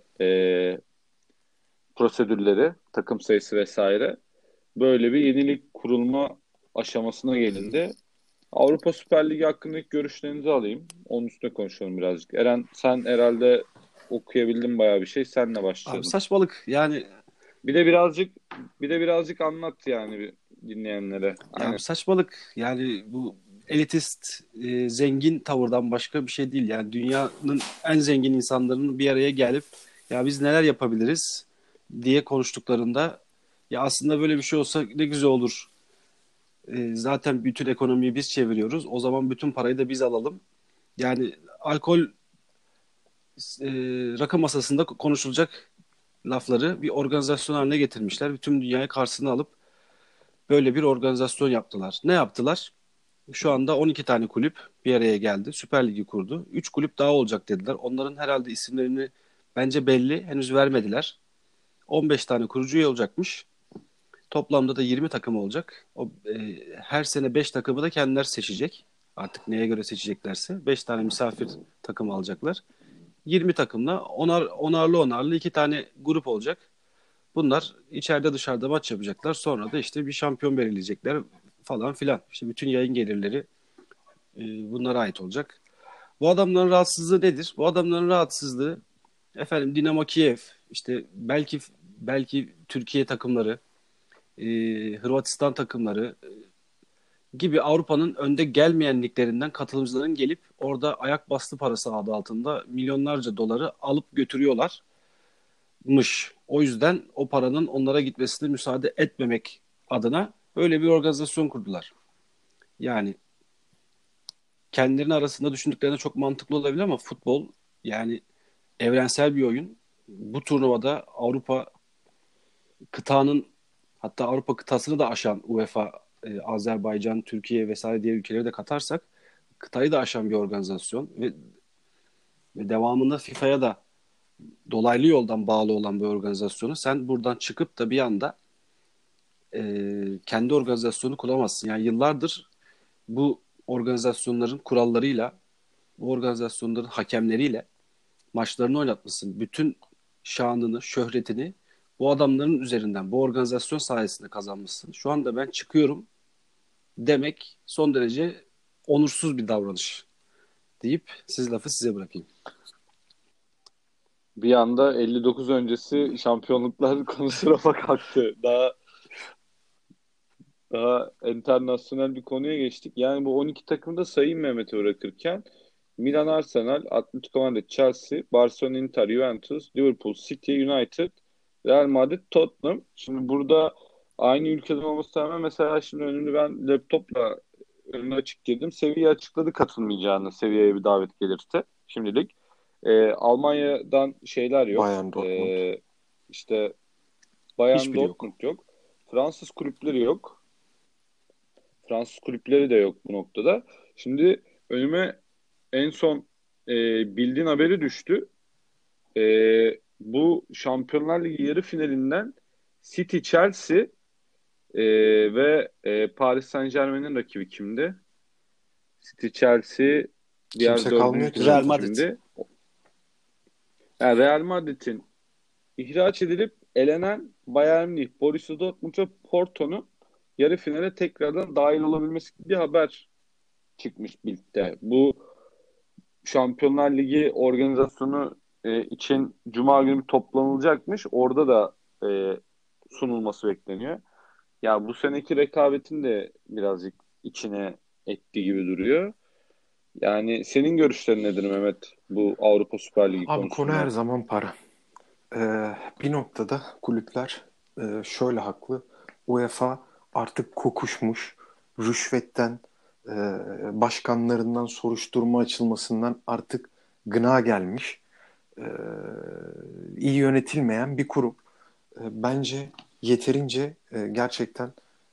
prosedürleri, takım sayısı vesaire böyle bir yenilik kurulma aşamasına gelindi. Avrupa Süper Ligi hakkındaki görüşlerinizi alayım. Onun üstüne konuşalım birazcık. Eren sen herhalde okuyabildin bayağı bir şey. Senle Abi başlayalım. saçmalık. Yani Bir de birazcık anlat yani dinleyenlere. ya Aynen. abi saçmalık. Yani bu elitist, zengin tavırdan başka bir şey değil. Yani dünyanın en zengin insanların bir araya gelip ya biz neler yapabiliriz diye konuştuklarında ya aslında böyle bir şey olsa ne güzel olur. Zaten bütün ekonomiyi biz çeviriyoruz. O zaman bütün parayı da biz alalım. Yani alkol e, rakı masasında konuşulacak lafları bir organizasyon haline getirmişler. Bütün dünyayı karşısına alıp böyle bir organizasyon yaptılar. Ne yaptılar? Şu anda 12 tane kulüp bir araya geldi. Süper Ligi kurdu. 3 kulüp daha olacak dediler. Onların herhalde isimlerini bence belli. Henüz vermediler. 15 tane kurucu üye olacakmış. Toplamda da 20 takım olacak. Her sene 5 takımı da kendileri seçecek. Artık neye göre seçeceklerse. 5 tane misafir takım alacaklar. 20 takımla onarlı 2 tane grup olacak. Bunlar içeride dışarıda maç yapacaklar. Sonra da işte bir şampiyon belirleyecekler falan filan. İşte bütün yayın gelirleri bunlara ait olacak. Bu adamların rahatsızlığı nedir? Bu adamların rahatsızlığı efendim Dinamo Kiev, işte belki Türkiye takımları, e, Hırvatistan takımları gibi Avrupa'nın önde gelmeyen liglerinden katılımcıların gelip orada ayak bastı parası adı altında milyonlarca doları alıp götürüyorlarmış. O yüzden o paranın onlara gitmesine müsaade etmemek adına böyle bir organizasyon kurdular. Yani kendilerinin arasında düşündüklerine çok mantıklı olabilir ama futbol yani evrensel bir oyun. Bu turnuvada kıtanın Avrupa kıtasını da aşan UEFA, Azerbaycan, Türkiye vesaire diğer ülkeleri de katarsak kıtayı da aşan bir organizasyon ve devamında FIFA'ya da dolaylı yoldan bağlı olan bir organizasyonu sen buradan çıkıp da bir anda kendi organizasyonu kuramazsın. Yani yıllardır bu organizasyonların kurallarıyla, bu organizasyonların hakemleriyle maçlarını oynatmışsın. Bütün şanını, şöhretini bu adamların üzerinden, bu organizasyon sayesinde kazanmışsın. Şu anda ben çıkıyorum demek son derece onursuz bir davranış deyip lafı size bırakayım. Bir anda 59 öncesi şampiyonluklar konusu rafa kalktı. Daha internasyonel bir konuya geçtik. Yani bu 12 takımı da sayayım Mehmet'e bırakırken. Milan, Arsenal, Atletico Madrid, Chelsea, Barcelona, Inter, Juventus, Liverpool, City, United, Real Madrid, Tottenham. Şimdi burada aynı ülkeden olması rağmen mesela şimdi önümde ben laptopla önüne açık girdim. Seviye açıkladı katılmayacağını seviyeye bir davet gelirse şimdilik. Almanya'dan şeyler yok. Bayern Dortmund. İşte Bayern Hiçbiri yok. Dortmund yok. Fransız kulüpleri yok. Fransız kulüpleri de yok bu noktada. Şimdi önüme en son bildiğin haberi düştü. Bu Şampiyonlar Ligi yarı finalinden City Chelsea ve Paris Saint-Germain'in rakibi kimdi? City Chelsea, diğer Kimse kalmıyor dördüncü ki Real takım zaten. Madrid. kimdi? Yani Real Madrid'in ihraç edilip elenen Bayern Münih, Borussia Dortmund ve Porto'nun yarı finale tekrardan dahil olabilmesi gibi bir haber çıkmış Bild'de. Bu Şampiyonlar Ligi organizasyonu için Cuma günü toplanılacakmış. Orada da sunulması bekleniyor. Ya bu seneki rekabetin de birazcık içine ettiği gibi duruyor. Yani senin görüşlerin nedir Mehmet bu Avrupa Süper Ligi Abi konu her konusunda? zaman para. Bir noktada kulüpler şöyle haklı. UEFA artık kokuşmuş. Rüşvetten, e, başkanlarından soruşturma açılmasından artık gına gelmiş. E, iyi yönetilmeyen bir kurum. Bence yeterince gerçekten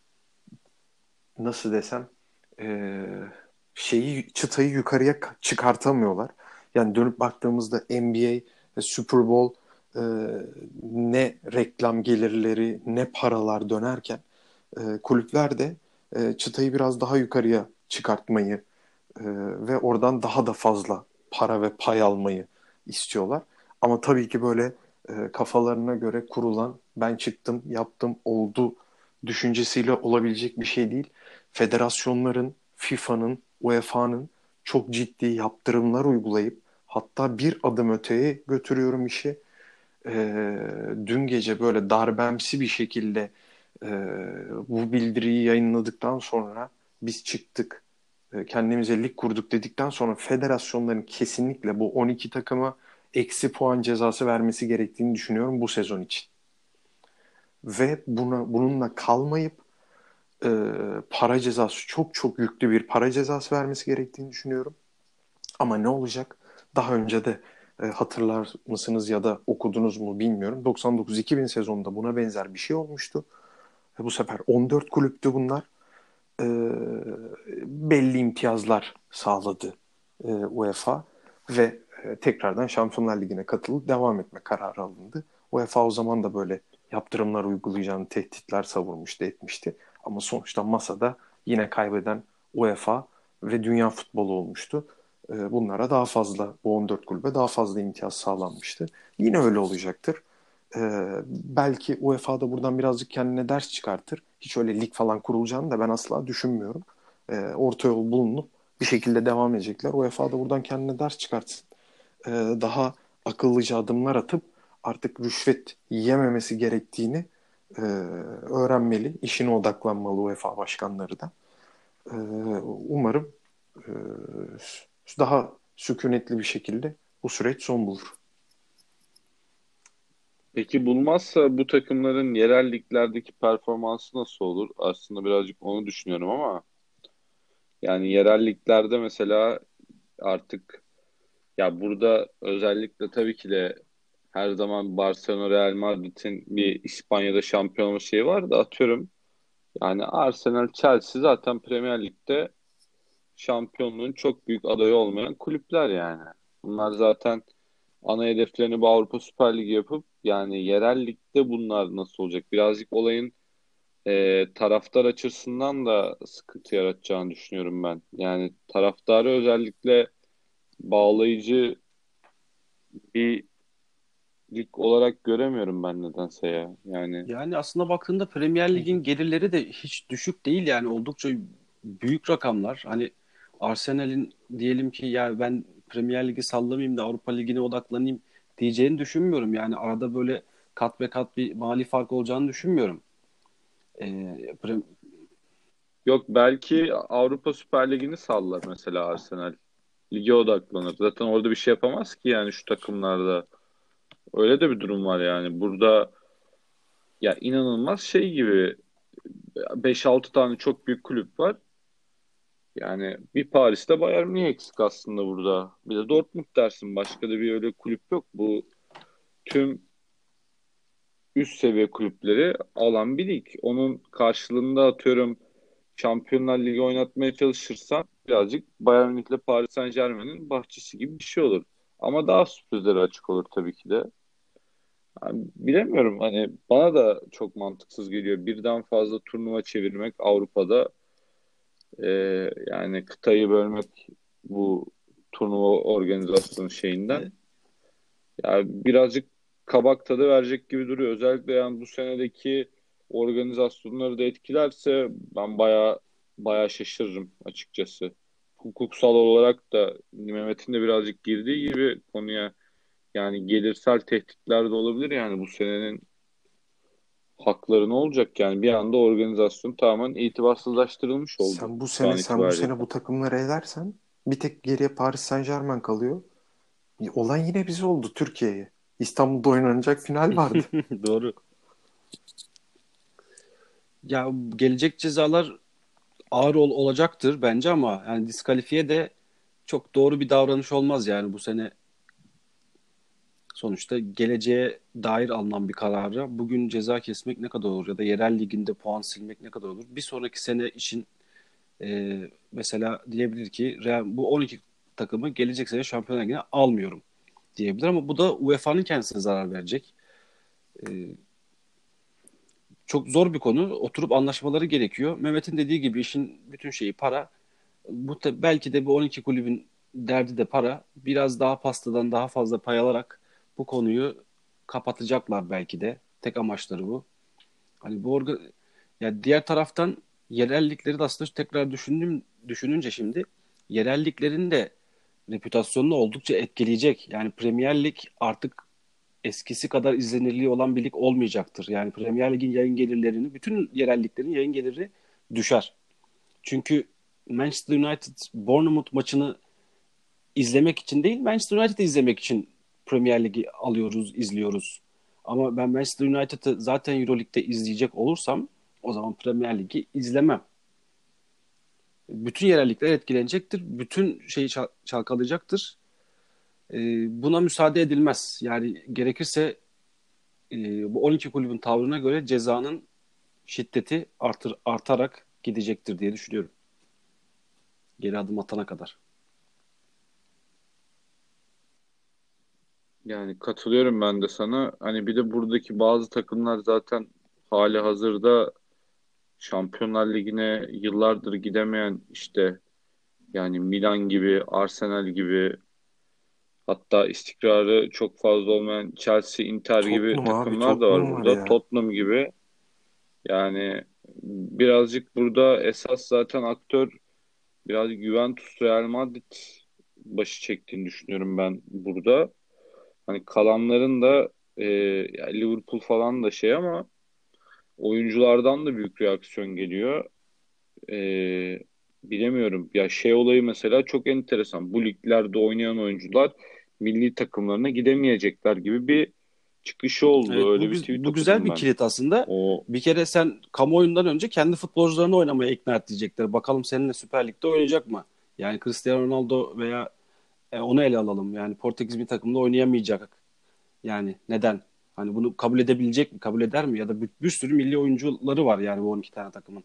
nasıl desem e, çıtayı yukarıya çıkartamıyorlar. Yani dönüp baktığımızda NBA ve Super Bowl e, ne reklam gelirleri ne paralar dönerken kulüpler de çıtayı biraz daha yukarıya çıkartmayı ve oradan daha da fazla para ve pay almayı istiyorlar. Ama tabii ki böyle kafalarına göre kurulan ben çıktım, yaptım, oldu düşüncesiyle olabilecek bir şey değil. Federasyonların, FIFA'nın, UEFA'nın çok ciddi yaptırımlar uygulayıp hatta bir adım öteye götürüyorum işi. Dün gece böyle darbemsi bir şekilde e, bu bildiriyi yayınladıktan sonra biz çıktık, kendimize lig kurduk dedikten sonra federasyonların kesinlikle bu 12 takıma eksi puan cezası vermesi gerektiğini düşünüyorum bu sezon için. Ve bununla kalmayıp e, para cezası çok çok yüklü bir para cezası vermesi gerektiğini düşünüyorum. Ama ne olacak? Daha önce de hatırlar mısınız ya da okudunuz mu bilmiyorum. 99-2000 sezonunda buna benzer bir şey olmuştu. Ve bu sefer 14 kulüptü bunlar. E, belli imtiyazlar sağladı UEFA ve tekrardan Şampiyonlar Ligi'ne katılıp devam etme kararı alındı. UEFA o zaman da böyle yaptırımlar uygulayacağını tehditler savurmuştu, etmişti. Ama sonuçta masada yine kaybeden UEFA ve dünya futbolu olmuştu. Bunlara daha fazla, bu 14 kulübe daha fazla imtiyaz sağlanmıştı. Yine öyle olacaktır. Belki UEFA da buradan birazcık kendine ders çıkartır. Hiç öyle lig falan kurulacağını da ben asla düşünmüyorum. Orta yol bulunup bir şekilde devam edecekler. UEFA da buradan kendine ders çıkartsın. Daha akıllıca adımlar atıp artık rüşvet yememesi gerektiğini öğrenmeli. İşine odaklanmalı UEFA başkanları da. Ee, umarım e, daha sükunetli bir şekilde bu süreç son bulur. Peki bulmazsa bu takımların yerel liglerdeki performansı nasıl olur? Aslında birazcık onu düşünüyorum ama yani yerel liglerde mesela artık ya burada özellikle tabii ki de her zaman Barcelona, Real Madrid'in bir İspanya'da şampiyon olma şeyi var da atıyorum yani Arsenal, Chelsea zaten Premier Lig'de şampiyonluğun çok büyük adayı olmayan kulüpler yani. Bunlar zaten ana hedeflerini bu Avrupa Süper Ligi yapıp yani yerel ligde bunlar nasıl olacak? Birazcık olayın taraftar açısından da sıkıntı yaratacağını düşünüyorum ben. Yani taraftarı özellikle bağlayıcı bir lig olarak göremiyorum ben nedense ya. Yani Yani aslında baktığında Premier Lig'in gelirleri de hiç düşük değil yani oldukça büyük rakamlar. Hani Arsenal'in diyelim ki ya ben Premier Lig'i sallamayayım da Avrupa Ligi'ne odaklanayım diyeceğini düşünmüyorum. Yani arada böyle kat ve kat bir mali fark olacağını düşünmüyorum. Ee, Pre- yok belki Avrupa Süper Ligi'ni sallar mesela Arsenal. Lige odaklanır. Zaten orada bir şey yapamaz ki yani şu takımlarda. Öyle de bir durum var yani. Burada ya inanılmaz şey gibi beş altı tane çok büyük kulüp var. Yani bir Paris'te Bayern Münih eksik aslında burada. Bir de Dortmund dersin. Başka da bir öyle kulüp yok. Bu tüm üst seviye kulüpleri alan bir lig. Onun karşılığında atıyorum Şampiyonlar Ligi oynatmaya çalışırsan birazcık Bayern Münih'le Paris Saint-Germain'in bahçesi gibi bir şey olur. Ama daha sürprizlere açık olur tabii ki de. Yani bilemiyorum, hani bana da çok mantıksız geliyor. Birden fazla turnuva çevirmek Avrupa'da, yani kıtayı bölmek bu turnuva organizasyonu şeyinden. E, Yani birazcık kabak tadı verecek gibi duruyor. Özellikle yani bu senedeki organizasyonları da etkilerse ben baya şaşırırım açıkçası. Hukuksal olarak da Mehmet'in de birazcık girdiği gibi konuya, yani gelirsel tehditler de olabilir, yani bu senenin hakları ne olacak, yani bir anda organizasyon tamamen itibarsızlaştırılmış oldu Sen bu şu sene an sen bu itibariyle. sene bu takımları elersen bir tek geriye Paris Saint-Germain kalıyor. Olan yine bize oldu, Türkiye'ye. İstanbul'da oynanacak final vardı. Doğru. Ya gelecek cezalar ağır olacaktır bence ama yani diskalifiye de çok doğru bir davranış olmaz yani bu sene sonuçta geleceğe dair alınan bir kararı bugün ceza kesmek ne kadar olur ya da yerel liginde puan silmek ne kadar olur? Bir sonraki sene için mesela diyebilir ki bu 12 takımı gelecek sene Şampiyonlar Ligi'ne almıyorum diyebilir ama bu da UEFA'nın kendisine zarar verecek. E, Çok zor bir konu. Oturup anlaşmaları gerekiyor. Mehmet'in dediği gibi işin bütün şeyi para. Belki de bu 12 kulübün derdi de para. Biraz daha pastadan daha fazla pay alarak bu konuyu kapatacaklar belki de. Tek amaçları bu. Hani ya diğer taraftan yerellikleri de aslında tekrar düşününce şimdi yerelliklerin de reputasyonunu oldukça etkileyecek. Yani Premier Lig artık eskisi kadar izlenirliği olan bir lig olmayacaktır. Yani Premier Lig'in yayın gelirlerini, bütün yerelliklerin yayın geliri düşer. Çünkü Manchester United Bournemouth maçını izlemek için değil, Manchester United'ı izlemek için Premier Ligi alıyoruz, izliyoruz. Ama ben Manchester United'ı zaten EuroLeague'de izleyecek olursam o zaman Premier Ligi izlemem. Bütün yerellikler etkilenecektir. Bütün şeyi çalkalayacaktır. Buna müsaade edilmez. Yani gerekirse bu 12 kulübün tavrına göre cezanın şiddeti artarak gidecektir diye düşünüyorum. Geri adım atana kadar. Yani katılıyorum ben de sana. Hani bir de buradaki bazı takımlar zaten hali hazırda Şampiyonlar Ligi'ne yıllardır gidemeyen, işte yani Milan gibi, Arsenal gibi, hatta istikrarı çok fazla olmayan Chelsea, Inter gibi Tottenham abi, takımlar da var Tottenham var burada. ya. Tottenham gibi. Yani birazcık burada esas zaten aktör biraz Juventus, Real Madrid başı çektiğini düşünüyorum ben burada. Hani kalanların da yani Liverpool falan da şey, ama oyunculardan da büyük reaksiyon geliyor. E, bilemiyorum. Ya şey olayı mesela çok enteresan. Bu liglerde oynayan oyuncular milli takımlarına gidemeyecekler gibi bir çıkışı Evet, oldu. Öyle bir tweet bu güzel okudum bir ben. kilit aslında. O Bir kere sen kamuoyundan önce kendi futbolcularını oynamaya ikna et diyecekler. Bakalım seninle Süper Lig'de oynayacak mı? Yani Cristiano Ronaldo veya onu ele alalım. Yani Portekiz bir takımda oynayamayacak. Yani neden? Hani bunu kabul edebilecek mi? Kabul eder mi? Ya da bir sürü milli oyuncuları var yani bu 12 tane takımın.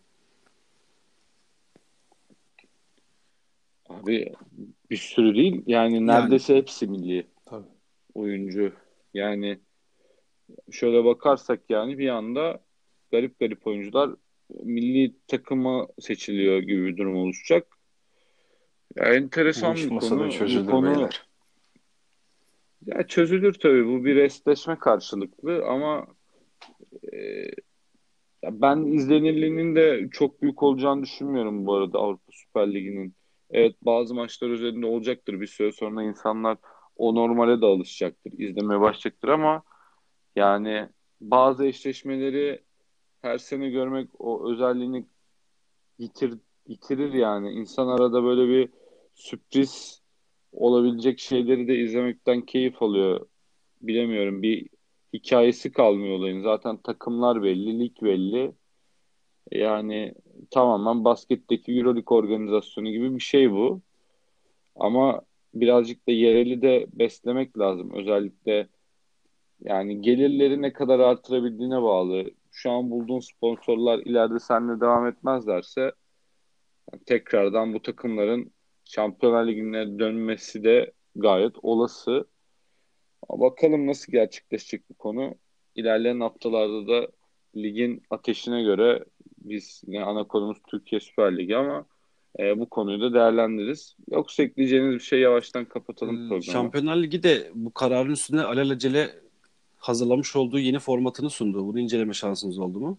abi bir sürü değil. Yani Yani neredeyse hepsi milli Tabii. oyuncu. Yani şöyle bakarsak yani bir anda garip garip oyuncular milli takıma seçiliyor gibi bir durum oluşacak. Ya Bu enteresan iş bir masada konu. Bu çözülür konu beyler. ya çözülür tabii. Bu bir restleşme karşılıklı, ama e, ya ben izlenirliğinin de çok büyük olacağını düşünmüyorum bu arada Avrupa Süper Ligi'nin. Evet, bazı maçlar üzerinde olacaktır. Bir süre sonra insanlar o normale de alışacaktır. İzlemeye başlayacaktır, ama yani bazı eşleşmeleri her sene görmek o özelliğini yitir, yitirir yani. İnsan arada böyle bir sürpriz olabilecek şeyleri de izlemekten keyif alıyor. Bilemiyorum, bir hikayesi kalmıyor olayın. Zaten takımlar belli, lig belli. Yani tamamen basketteki EuroLeague organizasyonu gibi bir şey bu. Ama birazcık da yereli de beslemek lazım. Özellikle Yani gelirleri ne kadar artırabildiğine bağlı. Şu an bulduğun sponsorlar ileride seninle devam etmezlerse tekrardan bu takımların Şampiyonlar Ligi'ne dönmesi de gayet olası. Bakalım nasıl gerçekleşecek bu konu. İlerleyen haftalarda da ligin ateşine göre biz yine ana konumuz Türkiye Süper Ligi ama bu konuyu da değerlendiririz. Yoksa ekleyeceğiniz bir şey yavaştan kapatalım programı. Şampiyonlar Ligi de bu kararın üstüne alelacele hazırlamış olduğu yeni formatını sundu. Bunu inceleme şansınız oldu mu?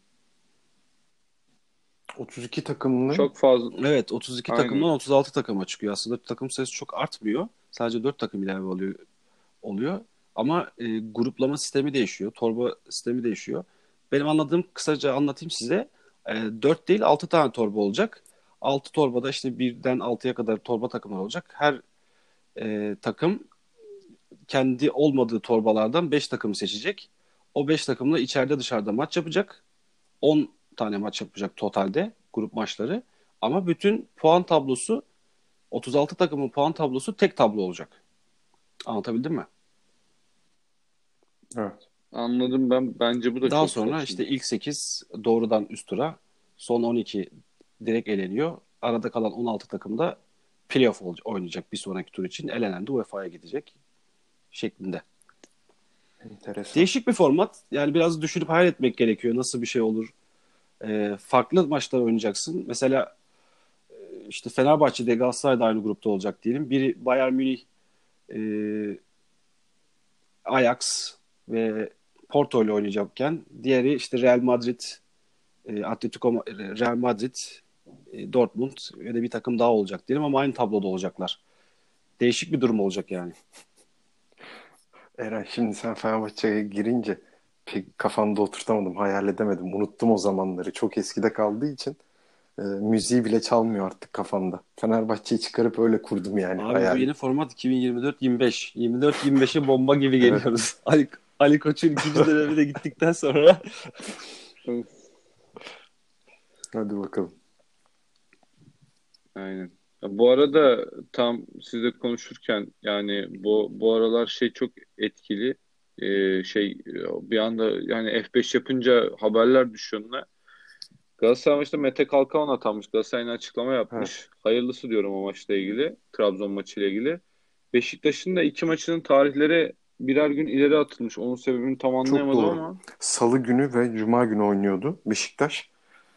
32 takımlı. Çok fazla Evet, 32 takımdan aynen. 36 takıma çıkıyor. Aslında takım sayısı çok artmıyor. Sadece 4 takım ilave oluyor. Ama gruplama sistemi değişiyor. Torba sistemi değişiyor. Benim anladığım, kısaca anlatayım size. 4 değil 6 tane torba olacak. 6 torbada işte birden 6'ya kadar torba takımlar olacak. Her takım kendi olmadığı torbalardan 5 takımı seçecek. O 5 takımla içeride dışarıda maç yapacak. 10 tane maç yapacak totalde grup maçları. Ama bütün puan tablosu, 36 takımın puan tablosu tek tablo olacak. Anlatabildim mi? Evet. Anladım ben. Bence bu da Daha çok sonra saçma. işte ilk 8 doğrudan üst tura, son 12 direkt eleniyor. Arada kalan 16 takım da playoff oynayacak bir sonraki tur için. Elenen de UEFA'ya gidecek şeklinde. Enteresan. Değişik bir format. Yani biraz düşünüp hayal etmek gerekiyor. Nasıl bir şey olur? Farklı maçlar oynayacaksın. Mesela işte Fenerbahçe'de Galatasaray'da aynı grupta olacak diyelim. Biri Bayern Münih, e, Ajax ve Porto ile oynayacakken diğeri işte Real Madrid, Real Madrid, Dortmund ve de bir takım daha olacak diyelim ama aynı tabloda olacaklar. Değişik bir durum olacak yani. Eren, şimdi sen Fenerbahçe'ye girince pek kafamda oturtamadım, hayal edemedim. Unuttum o zamanları. Çok eskide kaldığı için müziği bile çalmıyor artık kafamda. Fenerbahçe'yi çıkarıp öyle kurdum yani Abi bu hayal. yeni format 2024-25. 24-25'e bomba gibi Evet. geliyoruz. Ali Koç'un ikinci dönemi de gittikten sonra Hadi bakalım. Aynen. Ya bu arada tam sizle konuşurken yani bu aralar şey çok etkili. Bir anda yani F5 yapınca haberler düşüyor önüne. Galatasaray maçta Mete Kalkavan atanmış. Galatasaray'ın açıklama Evet. yapmış. Hayırlısı diyorum o maçla ilgili. Trabzon maçıyla ilgili. Beşiktaş'ın da iki maçının tarihleri birer gün ileri atılmış. Onun sebebini tam Çok anlayamadım doğru. ama Salı günü ve Cuma günü oynuyordu Beşiktaş.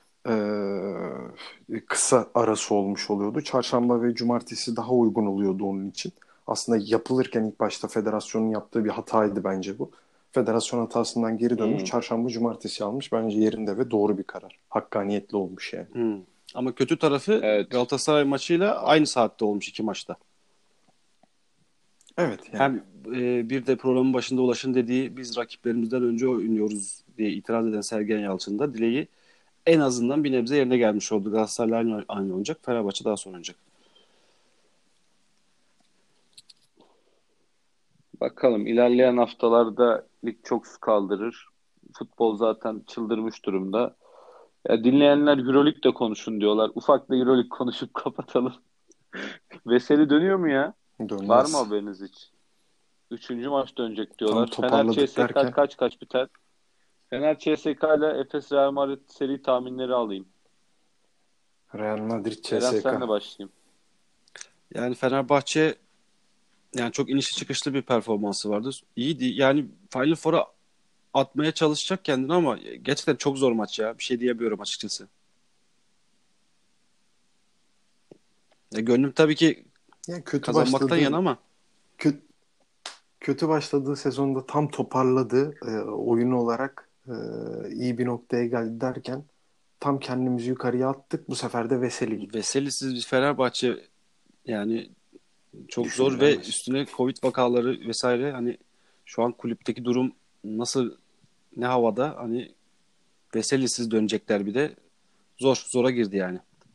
Kısa arası olmuş oluyordu. Çarşamba ve cumartesi daha uygun oluyordu onun için. Aslında yapılırken ilk başta federasyonun yaptığı bir hataydı bence bu. Federasyon hatasından geri dönmüş. hmm, Çarşamba cumartesi almış. Bence yerinde ve doğru bir karar. Hakkaniyetli olmuş yani. ama kötü tarafı evet. Galatasaray maçıyla aynı saatte olmuş iki maçta. Evet yani. Hem bir de programın başında Ulaş'ın dediği biz rakiplerimizden önce oynuyoruz diye itiraz eden Sergen Yalçın da dileği en azından bir nebze yerine gelmiş oldu. Galatasaray'la aynı oynayacak. Fenerbahçe daha sonra oynayacak. Bakalım ilerleyen haftalarda lig çok su kaldırır. Futbol zaten çıldırmış durumda. Ya dinleyenler Euroleague de konuşun diyorlar. Ufak da Euroleague konuşup kapatalım. Veseli dönüyor mu ya? Var mı Dönmez. haberiniz hiç? Üçüncü maç dönecek Tam diyorlar. Fener toparladık CSK derken kaç biter? Fener CSK ile Efes Real Madrid seri tahminleri alayım. Real Madrid Eren CSK. senle başlayayım. Yani Fenerbahçe yani çok inişli çıkışlı bir performansı vardı. İyiydi. Yani Final Four'a atmaya çalışacak kendini ama gerçekten çok zor maç ya. Bir şey diyemiyorum açıkçası. Gönlüm tabii ki Yani kötü kazanmaktan yana başladı. ama Kötü, kötü başladığı sezonda tam toparladı. Oyun olarak iyi bir noktaya geldi derken tam kendimizi yukarıya attık. Bu sefer de Veseli gitti. Veselisiz bir Fenerbahçe yani çok zor ve Düşünülemez. üstüne Covid vakaları vesaire hani şu an kulüpteki durum nasıl ne havada hani Veselisiz dönecekler bir de zora girdi yani.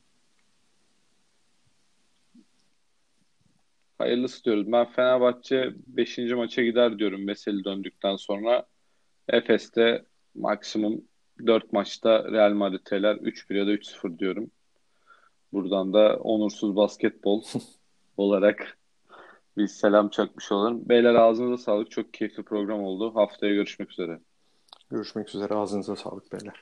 Hayırlısı diyoruz. Ben Fenerbahçe beşinci maça gider diyorum Veseli döndükten sonra. Efes'te maksimum 4 maçta Real Madrid eler 3-1 ya da 3-0 diyorum. Buradan da onursuz basketbol olarak Bir selam çakmış olalım. Beyler ağzınıza sağlık. Çok keyifli program oldu. Haftaya görüşmek üzere. Görüşmek üzere. Ağzınıza sağlık beyler.